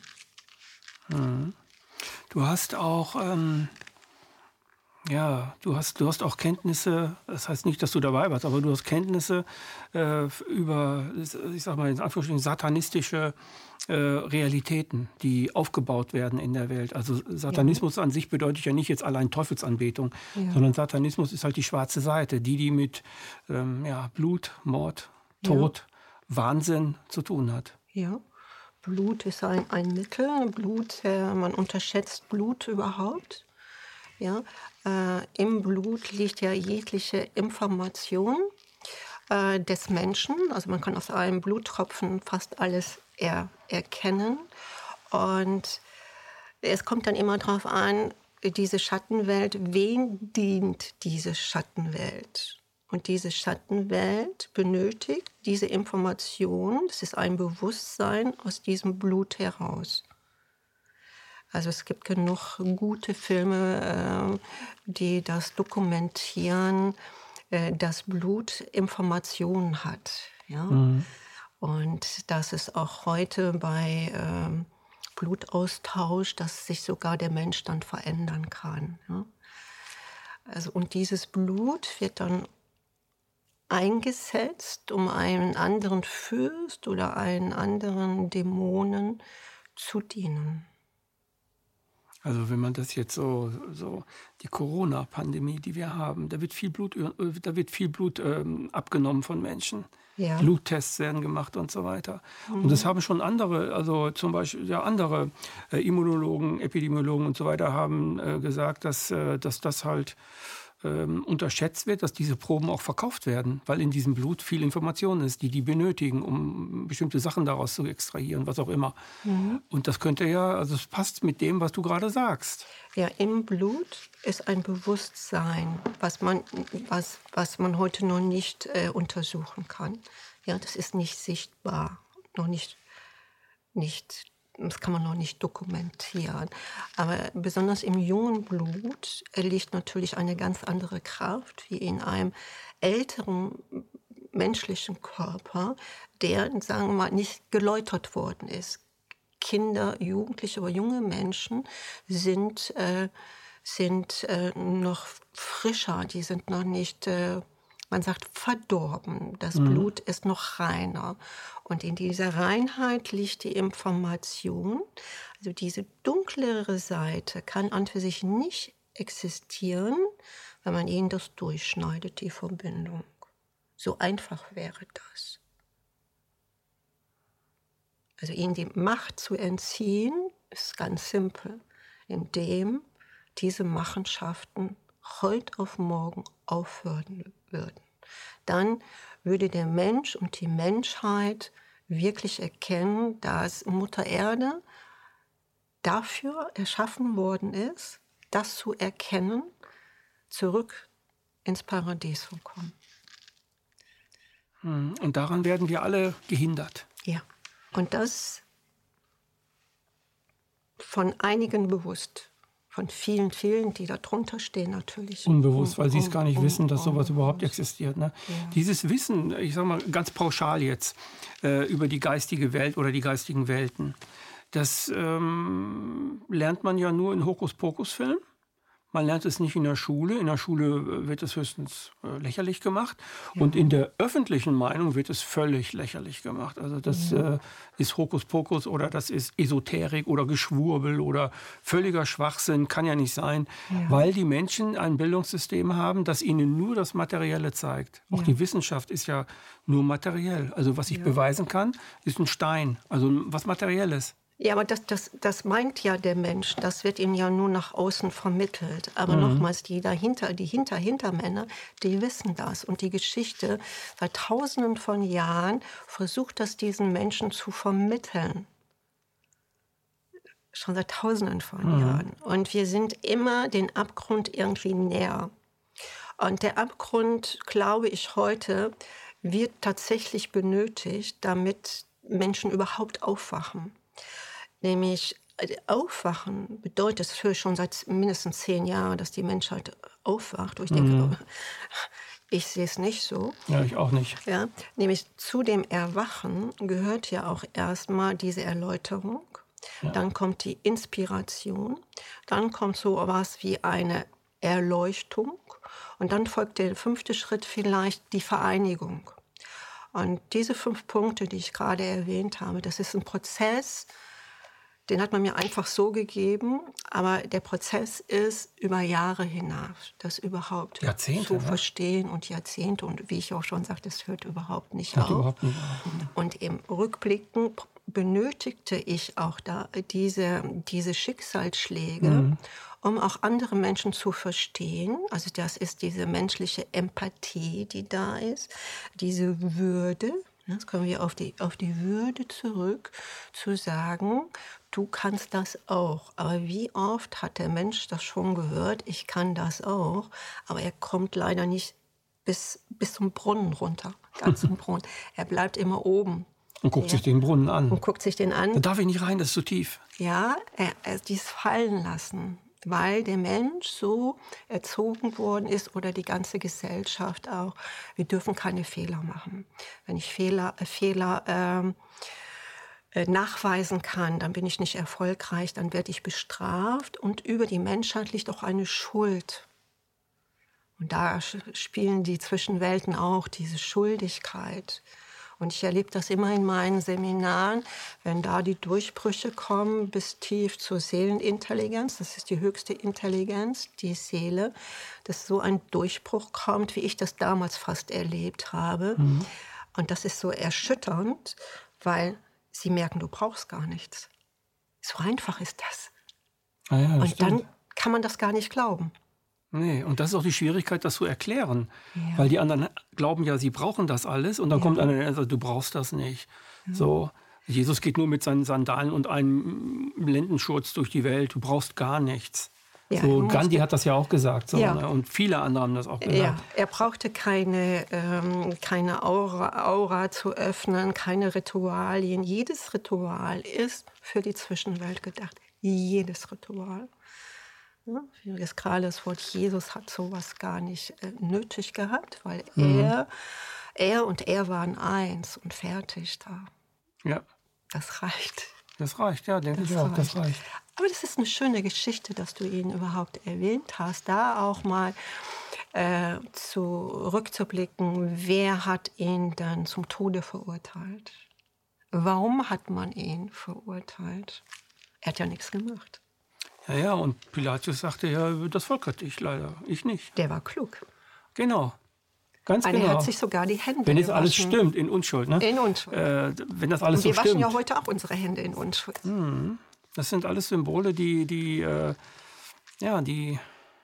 Du hast auch, ähm, ja, du hast, du hast auch Kenntnisse, das heißt nicht, dass du dabei warst, aber du hast Kenntnisse äh, über, ich sag mal in Anführungsstrichen, satanistische äh, Realitäten, die aufgebaut werden in der Welt. Also Satanismus an sich bedeutet ja nicht jetzt allein Teufelsanbetung, Ja. sondern Satanismus ist halt die schwarze Seite, die, die mit ähm, ja, Blut, Mord, Tod, Wahnsinn zu tun hat. Ja, Blut ist ein, ein Mittel. Blut, äh, man unterschätzt Blut überhaupt. Ja, äh, im Blut liegt ja jegliche Information äh, des Menschen. Also man kann aus einem Bluttropfen fast alles er, erkennen. Und es kommt dann immer darauf an, diese Schattenwelt, wen dient diese Schattenwelt? Und diese Schattenwelt benötigt diese Information, das ist ein Bewusstsein aus diesem Blut heraus. Also es gibt genug gute Filme, äh, die das dokumentieren, äh, dass Blut Informationen hat. Ja? Mhm. Und dass es auch heute bei ähm, Blutaustausch, dass sich sogar der Mensch dann verändern kann. Ja? Also, und dieses Blut wird dann eingesetzt, um einen anderen Fürst oder einen anderen Dämonen zu dienen. Also wenn man das jetzt so, so die Corona-Pandemie, die wir haben, da wird viel Blut, äh, da wird viel Blut ähm, abgenommen von Menschen. Ja. Bluttests werden gemacht und so weiter. Und das Mhm. haben schon andere, also zum Beispiel ja, andere äh, Immunologen, Epidemiologen und so weiter haben äh, gesagt, dass, äh, dass das halt ähm, unterschätzt wird, dass diese Proben auch verkauft werden, weil in diesem Blut viel Information ist, die die benötigen, um bestimmte Sachen daraus zu extrahieren, was auch immer. Mhm. Und das könnte ja, also es passt mit dem, was du gerade sagst. Ja, im Blut ist ein Bewusstsein, was man, was, was man heute noch nicht äh, untersuchen kann. Ja, das ist nicht sichtbar, noch nicht, nicht, das kann man noch nicht dokumentieren. Aber besonders im jungen Blut liegt natürlich eine ganz andere Kraft, wie in einem älteren menschlichen Körper, der, sagen wir mal, nicht geläutert worden ist. Kinder, Jugendliche oder junge Menschen sind, äh, sind äh, noch frischer, die sind noch nicht, äh, man sagt, verdorben. Das Mhm. Blut ist noch reiner. Und in dieser Reinheit liegt die Information. Also diese dunklere Seite kann an für sich nicht existieren, wenn man ihnen das durchschneidet, die Verbindung. So einfach wäre das. Also ihnen die Macht zu entziehen, ist ganz simpel, indem diese Machenschaften heute auf morgen aufhören würden. Dann würde der Mensch und die Menschheit wirklich erkennen, dass Mutter Erde dafür erschaffen worden ist, das zu erkennen, zurück ins Paradies zu kommen. Mhm. Und daran werden wir alle gehindert. Ja, und das von einigen bewusst, von vielen, vielen, die darunter stehen natürlich. Unbewusst, weil sie es Un- gar nicht un- wissen, dass sowas überhaupt unbewusst. existiert. Ne? Ja. Dieses Wissen, ich sage mal ganz pauschal jetzt, äh, über die geistige Welt oder die geistigen Welten, das ähm, lernt man ja nur in Hokuspokus-Filmen. Man lernt es nicht in der Schule. In der Schule äh, wird es höchstens äh, lächerlich gemacht. Und in der öffentlichen Meinung wird es völlig lächerlich gemacht. Also das äh, ist Hokuspokus oder das ist Esoterik oder Geschwurbel oder völliger Schwachsinn. Kann ja nicht sein, Ja. weil die Menschen ein Bildungssystem haben, das ihnen nur das Materielle zeigt. Auch Ja. die Wissenschaft ist ja nur materiell. Also was ich Ja. beweisen kann, ist ein Stein. Also was Materielles. Ja, aber das, das, das meint ja der Mensch. Das wird ihm ja nur nach außen vermittelt. Aber Mhm. nochmals, die dahinter, die Hinter-Hintermänner, die wissen das. Und die Geschichte seit Tausenden von Jahren versucht das diesen Menschen zu vermitteln. Schon seit Tausenden von Mhm. Jahren. Und wir sind immer den Abgrund irgendwie näher. Und der Abgrund, glaube ich, heute wird tatsächlich benötigt, damit Menschen überhaupt aufwachen. Nämlich äh, aufwachen bedeutet es für schon seit mindestens zehn Jahren, dass die Menschheit aufwacht. Und ich denke, Mhm. ich sehe es nicht so. Ja, ich auch nicht. Ja, nämlich zu dem Erwachen gehört ja auch erstmal diese Erläuterung. Ja. Dann kommt die Inspiration. Dann kommt so was wie eine Erleuchtung. Und dann folgt der fünfte Schritt vielleicht die Vereinigung. Und diese fünf Punkte, die ich gerade erwähnt habe, das ist ein Prozess, den hat man mir einfach so gegeben. Aber der Prozess ist über Jahre hinaus, das überhaupt Jahrzehnte, zu ne? verstehen und Jahrzehnte. Und wie ich auch schon sagte, das hört überhaupt nicht Hört auf. überhaupt nicht auf. Und im Rückblicken benötigte ich auch da diese, diese Schicksalsschläge, Mhm. um auch andere Menschen zu verstehen. Also das ist diese menschliche Empathie, die da ist, diese Würde. Jetzt kommen wir auf die, auf die Würde zurück, zu sagen, du kannst das auch. Aber wie oft hat der Mensch das schon gehört, ich kann das auch, aber er kommt leider nicht bis, bis zum Brunnen runter, ganz zum Brunnen. Er bleibt immer oben. Und guckt sich den Brunnen an. Und guckt sich den an. Da darf ich nicht rein, das ist zu tief. Ja, er, er dies fallen lassen, weil der Mensch so erzogen worden ist oder die ganze Gesellschaft auch. Wir dürfen keine Fehler machen. Wenn ich Fehler, äh, Fehler ähm, äh, nachweisen kann, dann bin ich nicht erfolgreich, dann werde ich bestraft. Und über die Menschheit liegt auch eine Schuld. Und da spielen die Zwischenwelten auch diese Schuldigkeit. Und ich erlebe das immer in meinen Seminaren, wenn da die Durchbrüche kommen bis tief zur Seelenintelligenz, das ist die höchste Intelligenz, die Seele, dass so ein Durchbruch kommt, wie ich das damals fast erlebt habe. Mhm. Und das ist so erschütternd, weil sie merken, du brauchst gar nichts. So einfach ist das. Ah ja, das Und stimmt. dann kann man das gar nicht glauben. Nee, und das ist auch die Schwierigkeit, das zu erklären. Ja. Weil die anderen glauben ja, sie brauchen das alles. Und dann ja. kommt einer, der sagt, du brauchst das nicht. Ja. So, Jesus geht nur mit seinen Sandalen und einem Lendenschurz durch die Welt. Du brauchst gar nichts. Ja, so, Gandhi hat das ja auch gesagt. So, ja. ne? Und viele andere haben das auch gesagt. Ja, er brauchte keine, ähm, keine Aura, Aura zu öffnen, keine Ritualien. Jedes Ritual ist für die Zwischenwelt gedacht. Jedes Ritual. Ja, das gerade das Wort Jesus hat sowas gar nicht äh, nötig gehabt, weil mhm. er, er und er waren eins und fertig da. Ja. Das reicht. Das reicht, ja, denke ich auch, das reicht. Aber das ist eine schöne Geschichte, dass du ihn überhaupt erwähnt hast, da auch mal äh, zurückzublicken, wer hat ihn dann zum Tode verurteilt? Warum hat man ihn verurteilt? Er hat ja nichts gemacht. Ja, ja, und Pilatus sagte ja, das Volk hat dich leider, ich nicht. Der war klug. Genau, ganz Weil genau. Er hat sich sogar die Hände Wenn es gewaschen. alles stimmt, in Unschuld. Ne? In Unschuld. Äh, wenn das alles und wir so waschen stimmt. ja heute auch unsere Hände in Unschuld. Mhm. Das sind alles Symbole, die, die, äh, ja, die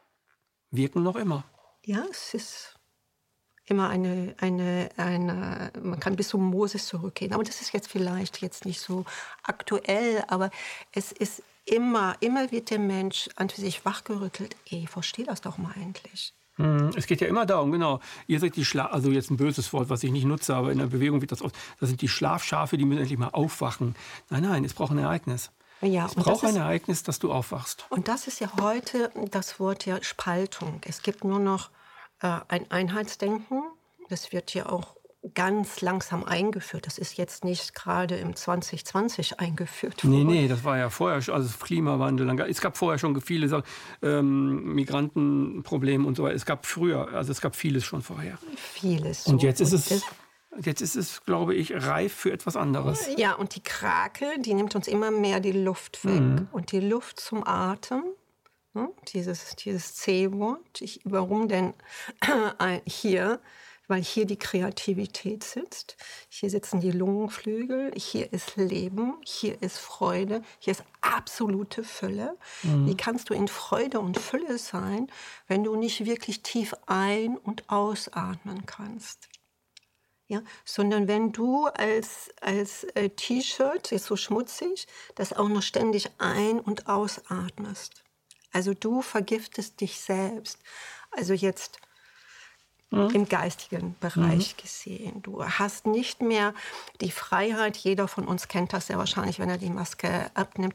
wirken noch immer. Ja, es ist immer eine, eine, eine, man kann bis zu Moses zurückgehen. Aber das ist jetzt vielleicht jetzt nicht so aktuell, aber es ist immer, immer wird der Mensch an sich wachgerüttelt. Ey, versteh das doch mal endlich. Es geht ja immer darum, genau. Ihr seid die Schla- also jetzt ein böses Wort, was ich nicht nutze, aber in der Bewegung wird das aus. Das sind die Schlafschafe, die müssen endlich mal aufwachen. Nein, nein, es braucht ein Ereignis. Ja, es braucht ein Ereignis, dass du aufwachst. Und das ist ja heute das Wort ja Spaltung. Es gibt nur noch äh, ein Einheitsdenken. Das wird ja auch ganz langsam eingeführt. Das ist jetzt nicht gerade im zwanzig zwanzig eingeführt worden. Nee, nee, das war ja vorher schon, also Klimawandel. Es gab vorher schon viele Sachen, ähm, Migrantenprobleme und so weiter. Es gab früher, also es gab vieles schon vorher. Vieles. Und jetzt ist und es... Jetzt ist es, glaube ich, reif für etwas anderes. Ja, und die Krake, die nimmt uns immer mehr die Luft weg. Mhm. Und die Luft zum Atem, ne, dieses, dieses C-Wort. Warum denn äh, hier? Weil hier die Kreativität sitzt. Hier sitzen die Lungenflügel. Hier ist Leben. Hier ist Freude. Hier ist absolute Fülle. Mhm. Wie kannst du in Freude und Fülle sein, wenn du nicht wirklich tief ein- und ausatmen kannst? Ja, sondern wenn du als, als äh, T-Shirt, ist so schmutzig, das auch noch ständig ein- und ausatmest. Also du vergiftest dich selbst. Also jetzt mhm. im geistigen Bereich mhm. gesehen. Du hast nicht mehr die Freiheit, jeder von uns kennt das sehr wahrscheinlich, wenn er die Maske abnimmt.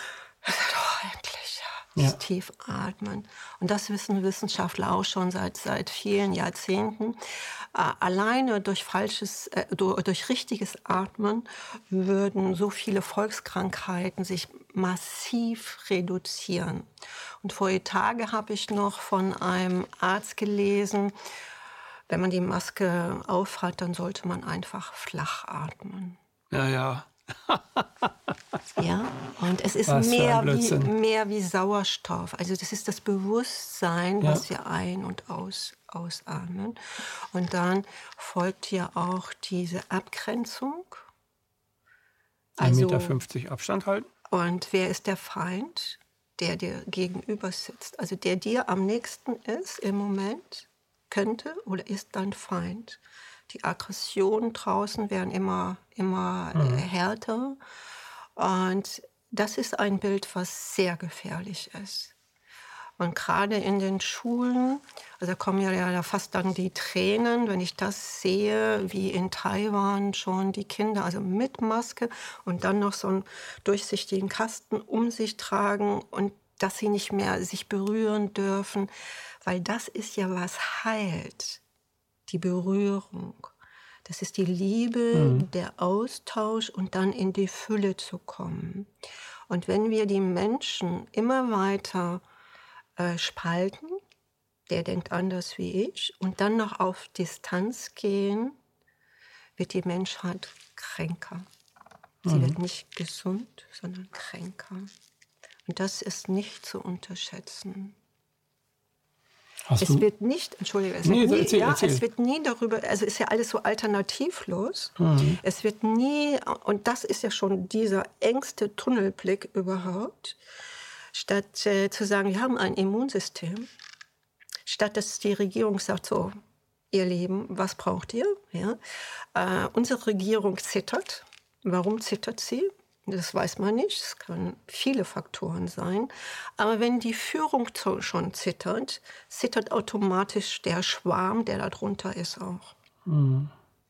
Oh, endlich. Ja. Tief atmen. Und das wissen Wissenschaftler auch schon seit, seit vielen Jahrzehnten. Äh, alleine durch falsches, äh, durch, durch richtiges Atmen würden so viele Volkskrankheiten sich massiv reduzieren. Und vor Tagen habe ich noch von einem Arzt gelesen, wenn man die Maske aufhat, dann sollte man einfach flach atmen. Ja, ja. Ja, und es ist mehr wie, mehr wie Sauerstoff. Also das ist das Bewusstsein, ja. was wir ein- und aus, ausatmen. Und dann folgt ja auch diese Abgrenzung. Also, eins Komma fünfzig Meter Abstand halten. Und wer ist der Feind, der dir gegenüber sitzt? Also der dir am nächsten ist im Moment, könnte oder ist dein Feind. Die Aggressionen draußen werden immer, immer mhm. härter. Und das ist ein Bild, was sehr gefährlich ist. Und gerade in den Schulen, also da kommen ja, ja fast dann die Tränen, wenn ich das sehe, wie in Taiwan schon die Kinder, also mit Maske und dann noch so einen durchsichtigen Kasten um sich tragen und dass sie nicht mehr sich berühren dürfen, weil das ist ja, was heilt, die Berührung. Das ist die Liebe, Mhm. der Austausch und dann in die Fülle zu kommen. Und wenn wir die Menschen immer weiter äh, spalten, der denkt anders wie ich, und dann noch auf Distanz gehen, wird die Menschheit kränker. Sie Mhm. wird nicht gesund, sondern kränker. Und das ist nicht zu unterschätzen. Hast Es du? wird nicht, Entschuldige, es Nee, wird nie, erzähl, ja, erzähl. es wird nie darüber, also ist ja alles so alternativlos. Mhm. Es wird nie, und das ist ja schon dieser engste Tunnelblick überhaupt, statt äh, zu sagen, wir haben ein Immunsystem, statt dass die Regierung sagt, so, ihr Lieben, was braucht ihr? Ja? Äh, unsere Regierung zittert. Warum zittert sie? Das weiß man nicht. Es können viele Faktoren sein. Aber wenn die Führung schon zittert, zittert automatisch der Schwarm, der darunter ist, auch. Mhm.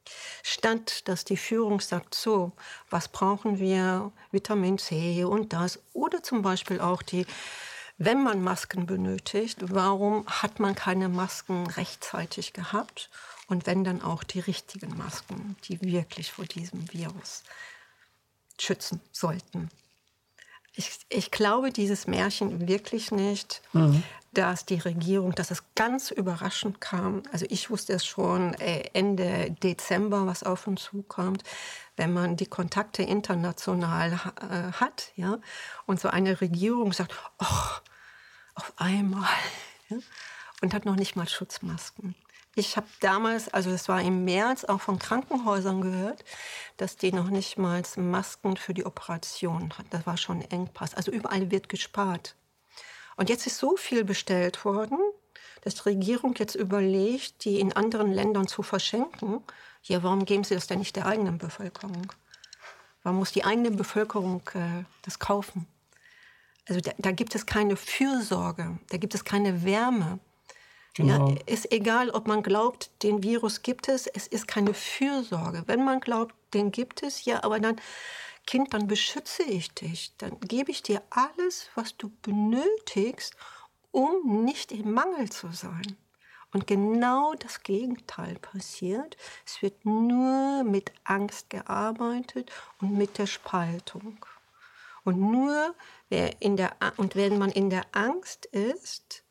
Statt dass die Führung sagt, so, was brauchen wir? Vitamin C und das. Oder zum Beispiel auch die, wenn man Masken benötigt, warum hat man keine Masken rechtzeitig gehabt? Und wenn dann auch die richtigen Masken, die wirklich vor diesem Virus schützen sollten. Ich, ich glaube dieses Märchen wirklich nicht, Mhm. dass die Regierung, dass es ganz überraschend kam. Also ich wusste es schon äh, Ende Dezember, was auf uns zukommt, wenn man die Kontakte international äh, hat, ja, und so eine Regierung sagt, ach, auf einmal, ja, und hat noch nicht mal Schutzmasken. Ich habe damals, also es war im März, auch von Krankenhäusern gehört, dass die noch nicht mal Masken für die Operation hatten. Das war schon ein Engpass. Also überall wird gespart. Und jetzt ist so viel bestellt worden, dass die Regierung jetzt überlegt, die in anderen Ländern zu verschenken. Ja, warum geben sie das denn nicht der eigenen Bevölkerung? Warum muss die eigene Bevölkerung äh, das kaufen? Also da, da gibt es keine Fürsorge, da gibt es keine Wärme. Genau. Ja, ist egal, ob man glaubt, den Virus gibt es, es ist keine Fürsorge. Wenn man glaubt, den gibt es, ja, aber dann, Kind, dann beschütze ich dich. Dann gebe ich dir alles, was du benötigst, um nicht im Mangel zu sein. Und genau das Gegenteil passiert. Es wird nur mit Angst gearbeitet und mit der Spaltung. Und nur wer in der, und wenn man in der Angst ist,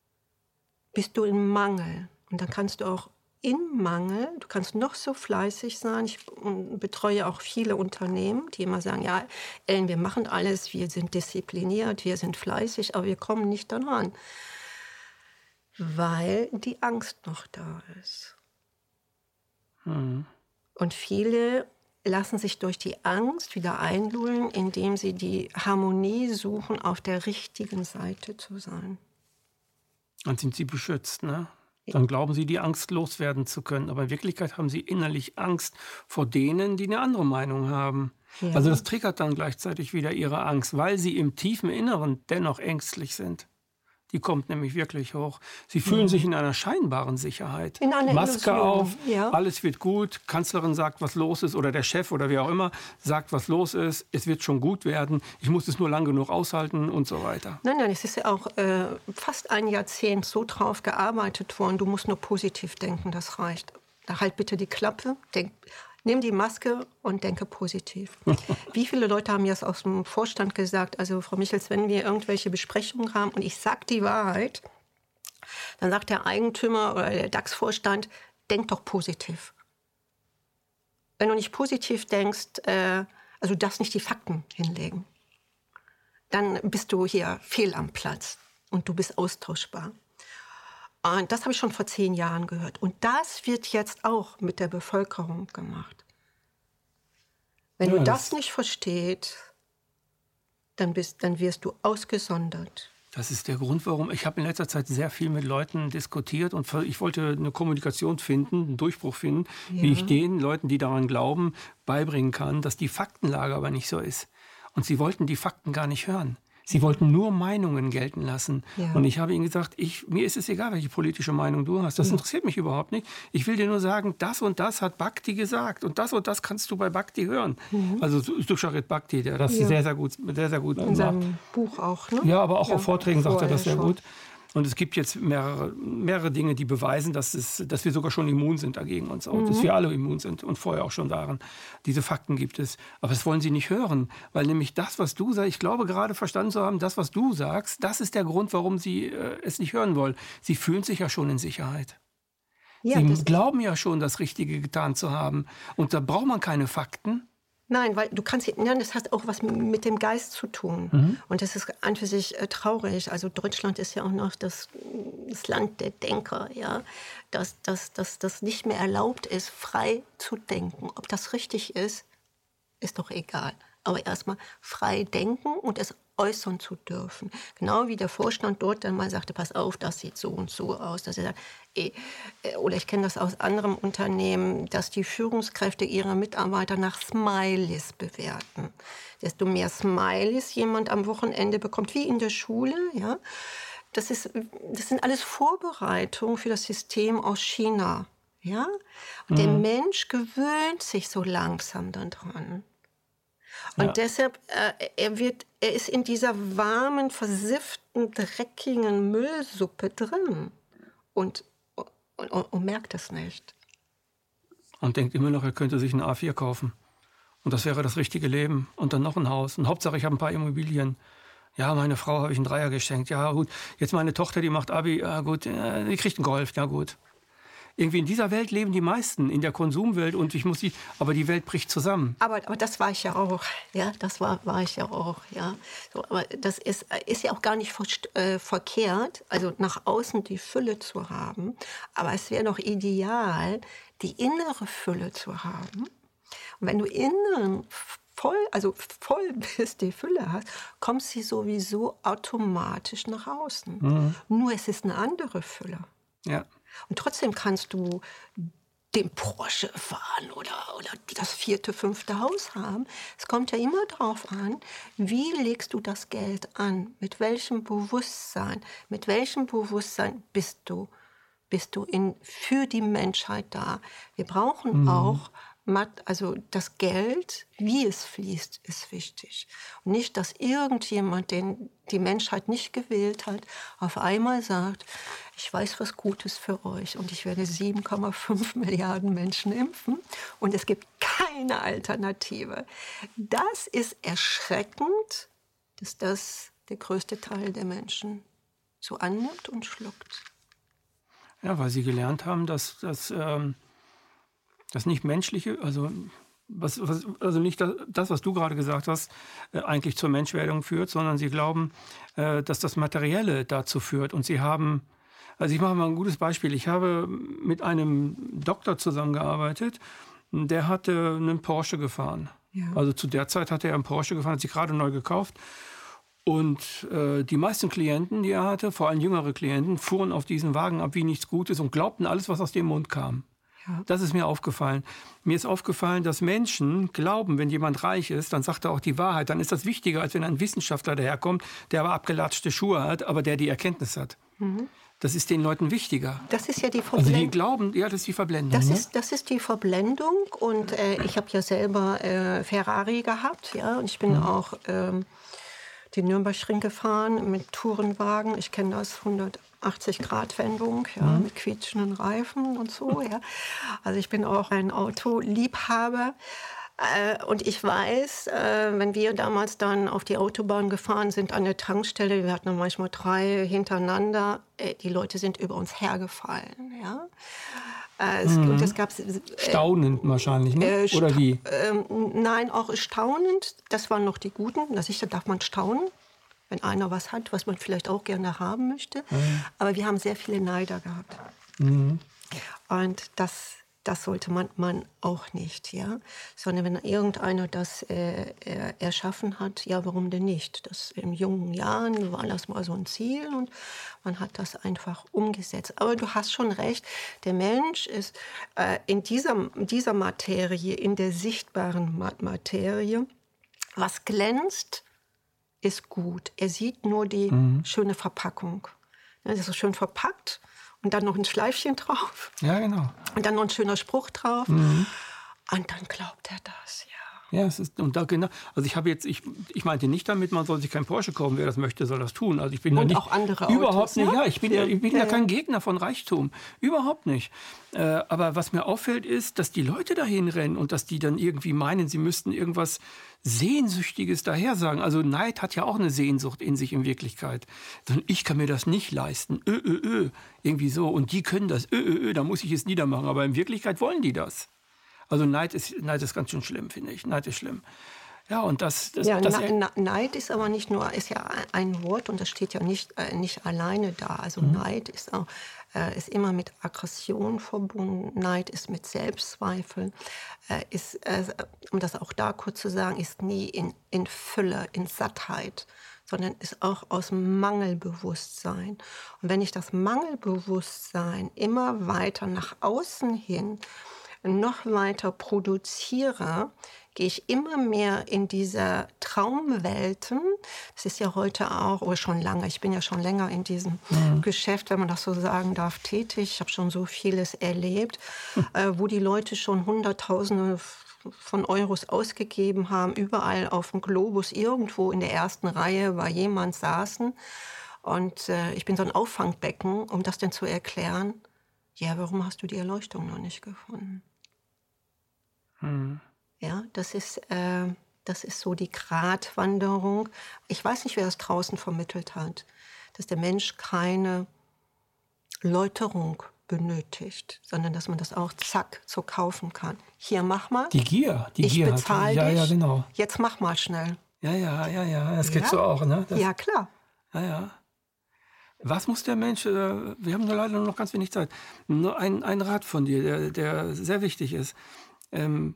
bist du im Mangel. Und dann kannst du auch im Mangel, du kannst noch so fleißig sein. Ich betreue auch viele Unternehmen, die immer sagen, ja, Ellen, wir machen alles, wir sind diszipliniert, wir sind fleißig, aber wir kommen nicht daran. Weil die Angst noch da ist. Mhm. Und viele lassen sich durch die Angst wieder einlullen, indem sie die Harmonie suchen, auf der richtigen Seite zu sein. Dann sind sie beschützt, ne? Dann glauben sie, die Angst loswerden zu können. Aber in Wirklichkeit haben sie innerlich Angst vor denen, die eine andere Meinung haben. Ja. Also das triggert dann gleichzeitig wieder ihre Angst, weil sie im tiefen Inneren dennoch ängstlich sind. Die kommt nämlich wirklich hoch. Sie fühlen sich in einer scheinbaren Sicherheit. In einer Maske Illusion, auf, ja. alles wird gut. Kanzlerin sagt, was los ist, oder der Chef oder wer auch immer sagt, was los ist. Es wird schon gut werden. Ich muss es nur lang genug aushalten und so weiter. Nein, nein, es ist ja auch äh, fast ein Jahrzehnt so drauf gearbeitet worden. Du musst nur positiv denken, das reicht. Da halt bitte die Klappe, denk, nimm die Maske und denke positiv. Wie viele Leute haben jetzt aus dem Vorstand gesagt, also Frau Michels, wenn wir irgendwelche Besprechungen haben und ich sage die Wahrheit, dann sagt der Eigentümer oder der DAX-Vorstand, denk doch positiv. Wenn du nicht positiv denkst, äh, also du darfst nicht die Fakten hinlegen, dann bist du hier fehl am Platz und du bist austauschbar. Und das habe ich schon vor zehn Jahren gehört. Und das wird jetzt auch mit der Bevölkerung gemacht. Wenn Ja, du das das- nicht verstehst, dann, bist, dann wirst du ausgesondert. Das ist der Grund, warum ich habe in letzter Zeit sehr viel mit Leuten diskutiert und ver- ich wollte eine Kommunikation finden, einen Durchbruch finden, wie Ja. ich den Leuten, die daran glauben, beibringen kann, dass die Faktenlage aber nicht so ist. Und sie wollten die Fakten gar nicht hören. Sie wollten nur Meinungen gelten lassen. Ja. Und ich habe ihnen gesagt, ich, mir ist es egal, welche politische Meinung du hast. Das Ja. interessiert mich überhaupt nicht. Ich will dir nur sagen, das und das hat Bhakti gesagt. Und das und das kannst du bei Bhakti hören. Mhm. Also Dusharit Bhakti, der das ja. sehr, sehr gut, sehr, sehr gut In macht. seinem Buch auch, ne? Ja, aber auch ja. auf Vorträgen sagt er das sehr schon. gut. Und es gibt jetzt mehrere, mehrere Dinge, die beweisen, dass, es, dass wir sogar schon immun sind dagegen uns auch. Mhm. Dass wir alle immun sind und vorher auch schon waren. Diese Fakten gibt es. Aber das wollen sie nicht hören. Weil nämlich das, was du sagst, ich glaube gerade verstanden zu haben, das, was du sagst, das ist der Grund, warum sie äh, es nicht hören wollen. Sie fühlen sich ja schon in Sicherheit. Ja, sie glauben ja schon, das Richtige getan zu haben. Und da braucht man keine Fakten. Nein, weil du kannst, ja, das hat auch was mit dem Geist zu tun. Mhm. Und das ist an für sich äh, traurig. Also Deutschland ist ja auch noch das, das Land der Denker, ja, dass das dass, dass nicht mehr erlaubt ist, frei zu denken. Ob das richtig ist, ist doch egal. Aber erstmal frei denken und es äußern zu dürfen. Genau wie der Vorstand dort dann mal sagte, pass auf, das sieht so und so aus. Dass er sagt, eh, oder ich kenne das aus anderen Unternehmen, dass die Führungskräfte ihre Mitarbeiter nach Smileys bewerten. Desto mehr Smileys jemand am Wochenende bekommt, wie in der Schule, ja, das, ist, das sind alles Vorbereitungen für das System aus China. Ja? Und mhm. der Mensch gewöhnt sich so langsam daran. Und ja. deshalb, äh, er, wird, er ist in dieser warmen, versifften, dreckigen Müllsuppe drin und, und, und, und merkt es nicht. Und denkt immer noch, er könnte sich ein A vier kaufen. Und das wäre das richtige Leben. Und dann noch ein Haus. Und Hauptsache, ich habe ein paar Immobilien. Ja, meine Frau habe ich einen Dreier geschenkt. Ja, gut. Jetzt meine Tochter, die macht Abi. Ja, gut. Die kriegt einen Golf. Ja, gut. Irgendwie in dieser Welt leben die meisten, in der Konsumwelt. Und ich muss die, aber die Welt bricht zusammen. Aber, aber das war ich ja auch. Ja, das war, war ich ja auch. Ja. So, aber das ist, ist ja auch gar nicht ver, äh, verkehrt, also nach außen die Fülle zu haben. Aber es wäre doch ideal, die innere Fülle zu haben. Und wenn du innen voll, also voll bist, die Fülle hast, kommt sie sowieso automatisch nach außen. Mhm. Nur es ist eine andere Fülle. Ja. Und trotzdem kannst du den Porsche fahren oder, oder das vierte, fünfte Haus haben. Es kommt ja immer darauf an, wie legst du das Geld an? Mit welchem Bewusstsein? Mit welchem Bewusstsein bist du? Bist du in, für die Menschheit da? Wir brauchen mhm. auch, also das Geld, wie es fließt, ist wichtig. Und nicht, dass irgendjemand, den die Menschheit nicht gewählt hat, auf einmal sagt, ich weiß was Gutes für euch und ich werde sieben Komma fünf Milliarden Menschen impfen und es gibt keine Alternative. Das ist erschreckend, dass das der größte Teil der Menschen so annimmt und schluckt. Ja, weil sie gelernt haben, dass das, ähm, das nicht menschliche, also, was, was, also nicht das, das, was du gerade gesagt hast, äh, eigentlich zur Menschwerdung führt, sondern sie glauben, äh, dass das Materielle dazu führt. Und sie haben, also ich mache mal ein gutes Beispiel. Ich habe mit einem Doktor zusammengearbeitet, der hatte einen Porsche gefahren. Ja. Also zu der Zeit hatte er einen Porsche gefahren, hat sich gerade neu gekauft. Und äh, die meisten Klienten, die er hatte, vor allem jüngere Klienten, fuhren auf diesen Wagen ab wie nichts Gutes und glaubten alles, was aus dem Mund kam. Ja. Das ist mir aufgefallen. Mir ist aufgefallen, dass Menschen glauben, wenn jemand reich ist, dann sagt er auch die Wahrheit. Dann ist das wichtiger, als wenn ein Wissenschaftler daherkommt, der aber abgelatschte Schuhe hat, aber der die Erkenntnis hat. Mhm. Das ist den Leuten wichtiger. Das ist ja die Verblendung. Also die glauben, ja, das ist die Verblendung. Das, ne? ist, das ist die Verblendung. Und äh, ich habe ja selber äh, Ferrari gehabt. Ja, und ich bin mhm. auch ähm, die Nürnbergring gefahren mit Tourenwagen. Ich kenne das, hundertachtzig Grad Wendung, ja, mhm. mit quietschenden Reifen und so. Ja. Also ich bin auch ein Autoliebhaber. Äh, und ich weiß, äh, wenn wir damals dann auf die Autobahn gefahren sind an der Tankstelle, wir hatten dann manchmal drei hintereinander, äh, die Leute sind über uns hergefallen. Ja. Äh, es, mhm. und es gab, äh, staunend wahrscheinlich, ne? Äh, Oder wie? Äh, nein, auch staunend. Das waren noch die Guten. Da sicher darf man staunen, wenn einer was hat, was man vielleicht auch gerne haben möchte. Mhm. Aber wir haben sehr viele Neider gehabt. Mhm. Und das, das sollte man, man auch nicht, ja. Sondern wenn irgendeiner das äh, erschaffen hat, ja, warum denn nicht? Das in jungen Jahren war das mal so ein Ziel und man hat das einfach umgesetzt. Aber du hast schon recht, der Mensch ist äh, in dieser, dieser Materie, in der sichtbaren Materie, was glänzt, ist gut. Er sieht nur die Mhm. schöne Verpackung. Ja, das ist so schön verpackt und dann noch ein Schleifchen drauf Ja, genau. und dann noch ein schöner Spruch drauf. Mhm. Und dann glaubt er das, ja. Ja, es ist, und da genau, also ich habe jetzt, ich, ich meinte nicht damit, man soll sich kein Porsche kaufen, wer das möchte, soll das tun. Also ich bin da Und nicht, auch andere Autos, überhaupt nicht, ne? ja, ich bin ja, ich bin Ja, ja ja. kein Gegner von Reichtum, überhaupt nicht. Äh, aber was mir auffällt ist, dass die Leute dahin rennen und dass die dann irgendwie meinen, sie müssten irgendwas Sehnsüchtiges daher sagen. Also Neid hat ja auch eine Sehnsucht in sich in Wirklichkeit. Sondern ich kann mir das nicht leisten, ö, ö, ö, irgendwie so. Und die können das, ö, ö, ö, da muss ich es niedermachen. Aber in Wirklichkeit wollen die das. Also Neid ist, Neid ist ganz schön schlimm, finde ich. Neid ist schlimm. Ja, und das, das, Ja, das, Na- Na- Neid ist aber nicht nur, ist ja ein Wort und das steht ja nicht, äh, nicht alleine da. Also Mhm. Neid ist, auch, äh, ist immer mit Aggression verbunden. Neid ist mit Selbstzweifel. Äh, ist, äh, um das auch da kurz zu sagen, ist nie in, in Fülle, in Sattheit, sondern ist auch aus Mangelbewusstsein. Und wenn ich das Mangelbewusstsein immer weiter nach außen hin noch weiter produziere, gehe ich immer mehr in diese Traumwelten. Das ist ja heute auch, oder schon lange, ich bin ja schon länger in diesem Mhm. Geschäft, wenn man das so sagen darf, tätig. Ich habe schon so vieles erlebt, äh, wo die Leute schon Hunderttausende von Euros ausgegeben haben, überall auf dem Globus, irgendwo in der ersten Reihe bei jemand saßen. Und äh, ich bin so ein Auffangbecken, um das denn zu erklären. Ja, warum hast du die Erleuchtung noch nicht gefunden? Mhm. Ja, das ist, äh, das ist so die Gratwanderung. Ich weiß nicht, wer das draußen vermittelt hat, dass der Mensch keine Läuterung benötigt, sondern dass man das auch zack so kaufen kann. Hier, mach mal. Die Gier, die Ich Gier bezahle hat. Ja, dich. ja, genau. Jetzt mach mal schnell. Ja, ja, ja, ja, das kennst Ja? du auch, ne? Das, Ja, klar. ja, ja. Was muss der Mensch, äh, wir haben nur leider nur noch ganz wenig Zeit, nur ein, ein Rat von dir, der, der sehr wichtig ist. Ähm,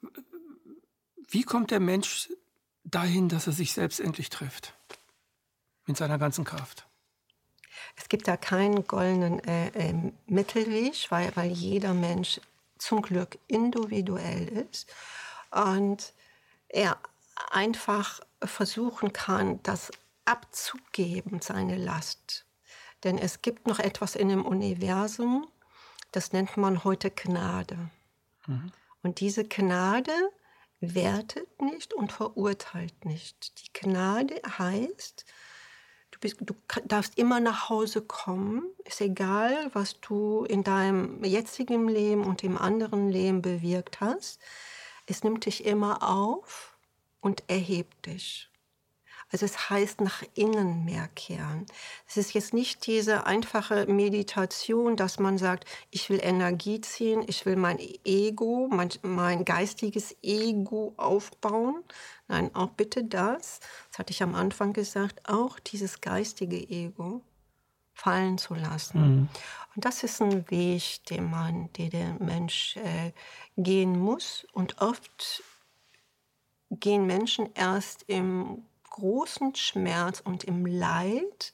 wie kommt der Mensch dahin, dass er sich selbst endlich trifft? Mit seiner ganzen Kraft. Es gibt da keinen goldenen äh, äh, Mittelweg, weil, weil jeder Mensch zum Glück individuell ist und er einfach versuchen kann, das abzugeben, seine Last. Denn es gibt noch etwas in dem Universum, das nennt man heute Gnade. Mhm. Und diese Gnade wertet nicht und verurteilt nicht. Die Gnade heißt, du, bist, du darfst immer nach Hause kommen. Ist egal, was du in deinem jetzigen Leben und im anderen Leben bewirkt hast. Es nimmt dich immer auf und erhebt dich. Also es heißt nach innen mehr kehren. Es ist jetzt nicht diese einfache Meditation, dass man sagt, ich will Energie ziehen, ich will mein Ego, mein, mein geistiges Ego aufbauen. Nein, auch bitte das, das hatte ich am Anfang gesagt, auch dieses geistige Ego fallen zu lassen. Mhm. Und das ist ein Weg, den man, den der Mensch äh, gehen muss. Und oft gehen Menschen erst im großen Schmerz und im Leid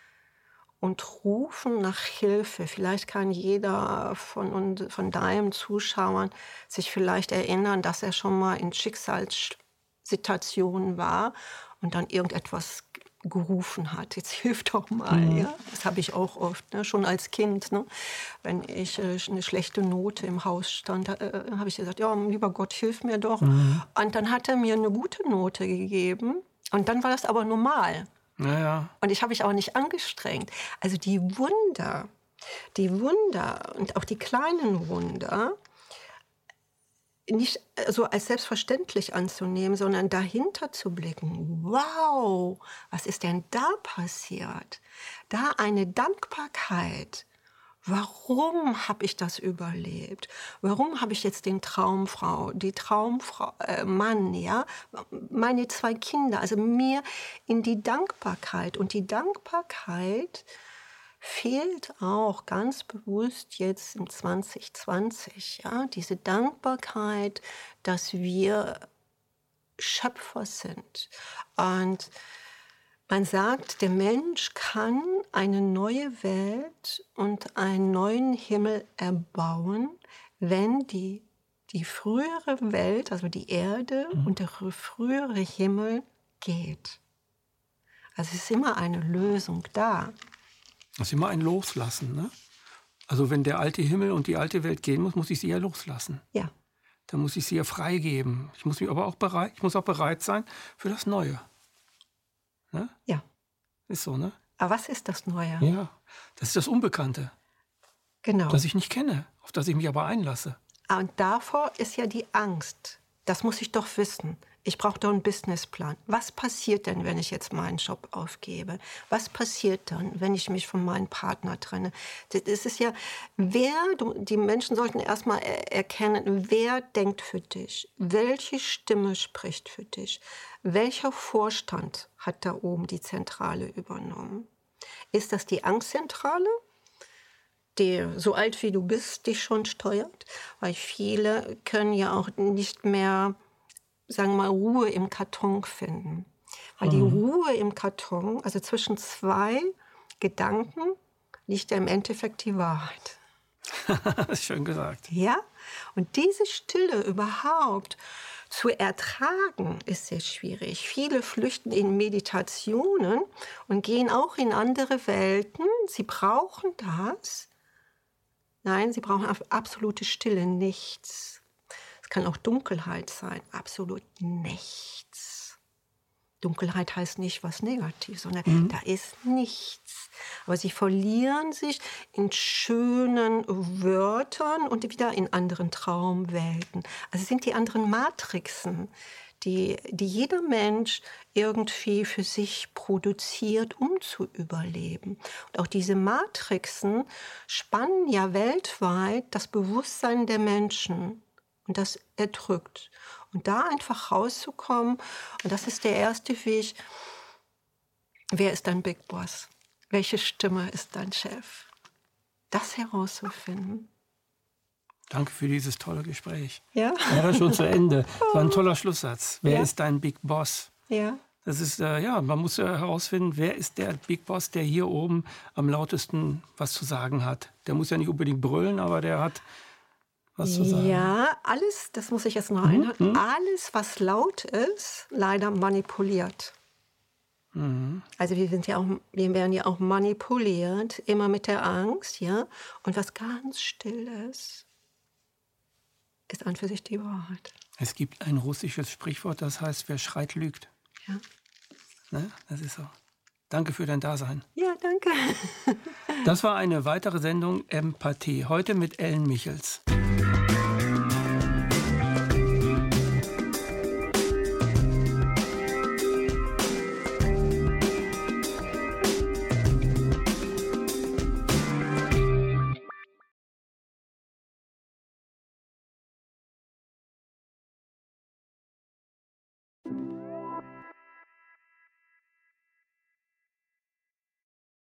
und rufen nach Hilfe. Vielleicht kann jeder von, uns, von deinen Zuschauern sich vielleicht erinnern, dass er schon mal in Schicksalssituationen war und dann irgendetwas gerufen hat. Jetzt hilf doch mal. Mhm. Ja? Das habe ich auch oft, ne? Schon als Kind. Ne? Wenn ich äh, eine schlechte Note im Haus stand, äh, habe ich gesagt, ja, lieber Gott, hilf mir doch. Mhm. Und dann hat er mir eine gute Note gegeben. Und dann war das aber normal. Ja, ja. Und ich habe mich auch nicht angestrengt. Also die Wunder, die Wunder und auch die kleinen Wunder, nicht so als selbstverständlich anzunehmen, sondern dahinter zu blicken. Wow, was ist denn da passiert? Da eine Dankbarkeit. Warum habe ich das überlebt? Warum habe ich jetzt den Traumfrau, die Traumfrau, äh, Mann, ja, meine zwei Kinder, also mir in die Dankbarkeit. Und die Dankbarkeit fehlt auch ganz bewusst jetzt in zwanzig zwanzig, ja, diese Dankbarkeit, dass wir Schöpfer sind. Und man sagt, der Mensch kann eine neue Welt und einen neuen Himmel erbauen, wenn die, die frühere Welt, also die Erde, mhm. und der frühere Himmel geht. Also es ist immer eine Lösung da. Das ist immer ein Loslassen, ne? Also wenn der alte Himmel und die alte Welt gehen muss, muss ich sie ja loslassen. Ja. Dann muss ich sie ja freigeben. Ich muss mich aber auch bereit, ich muss auch bereit sein für das Neue. Ne? Ja. Ist so, ne? Aber was ist das Neue? Ja, das ist das Unbekannte, Genau. das ich nicht kenne, auf das ich mich aber einlasse. Und davor ist ja die Angst. Das muss ich doch wissen. Ich brauche doch einen Businessplan. Was passiert denn, wenn ich jetzt meinen Job aufgebe? Was passiert dann, wenn ich mich von meinem Partner trenne? Das ist ja, wer, die Menschen sollten erstmal erkennen, wer denkt für dich? Welche Stimme spricht für dich? Welcher Vorstand hat da oben die Zentrale übernommen? Ist das die Angstzentrale, die so alt wie du bist, dich schon steuert? Weil viele können ja auch nicht mehr, sagen wir mal, Ruhe im Karton finden. Weil die Ruhe im Karton, also zwischen zwei Gedanken, liegt ja im Endeffekt die Wahrheit. Schön gesagt. Ja? Und diese Stille überhaupt zu ertragen, ist sehr schwierig. Viele flüchten in Meditationen und gehen auch in andere Welten. Sie brauchen das. Nein, sie brauchen absolute Stille, nichts. Es kann auch Dunkelheit sein, absolut nichts. Dunkelheit heißt nicht was Negatives, sondern mhm. da ist nichts. Aber sie verlieren sich in schönen Wörtern und wieder in anderen Traumwelten. Also es sind die anderen Matrixen, die, die jeder Mensch irgendwie für sich produziert, um zu überleben. Und auch diese Matrixen spannen ja weltweit das Bewusstsein der Menschen. Und das erdrückt. Und da einfach rauszukommen, und das ist der erste Weg, wer ist dein Big Boss? Welche Stimme ist dein Chef? Das herauszufinden. Danke für dieses tolle Gespräch. Ja? Ja, das schon zu Ende. Das war ein toller Schlusssatz. Wer Ja. ist dein Big Boss? Ja. Das ist, äh, ja, man muss äh, herausfinden, wer ist der Big Boss, der hier oben am lautesten was zu sagen hat. Der muss ja nicht unbedingt brüllen, aber der hat was zu sagen. Ja, alles, das muss ich jetzt noch einhalten, mhm. alles, was laut ist, leider manipuliert. Mhm. Also wir, sind ja auch, wir werden ja auch manipuliert, immer mit der Angst, ja. Und was ganz still ist, ist an für sich die Wahrheit. Es gibt ein russisches Sprichwort, das heißt, wer schreit, lügt. Ja. Ne? Das ist so. Danke für dein Dasein. Ja, danke. Das war eine weitere Sendung Empathie, heute mit Ellen Michels.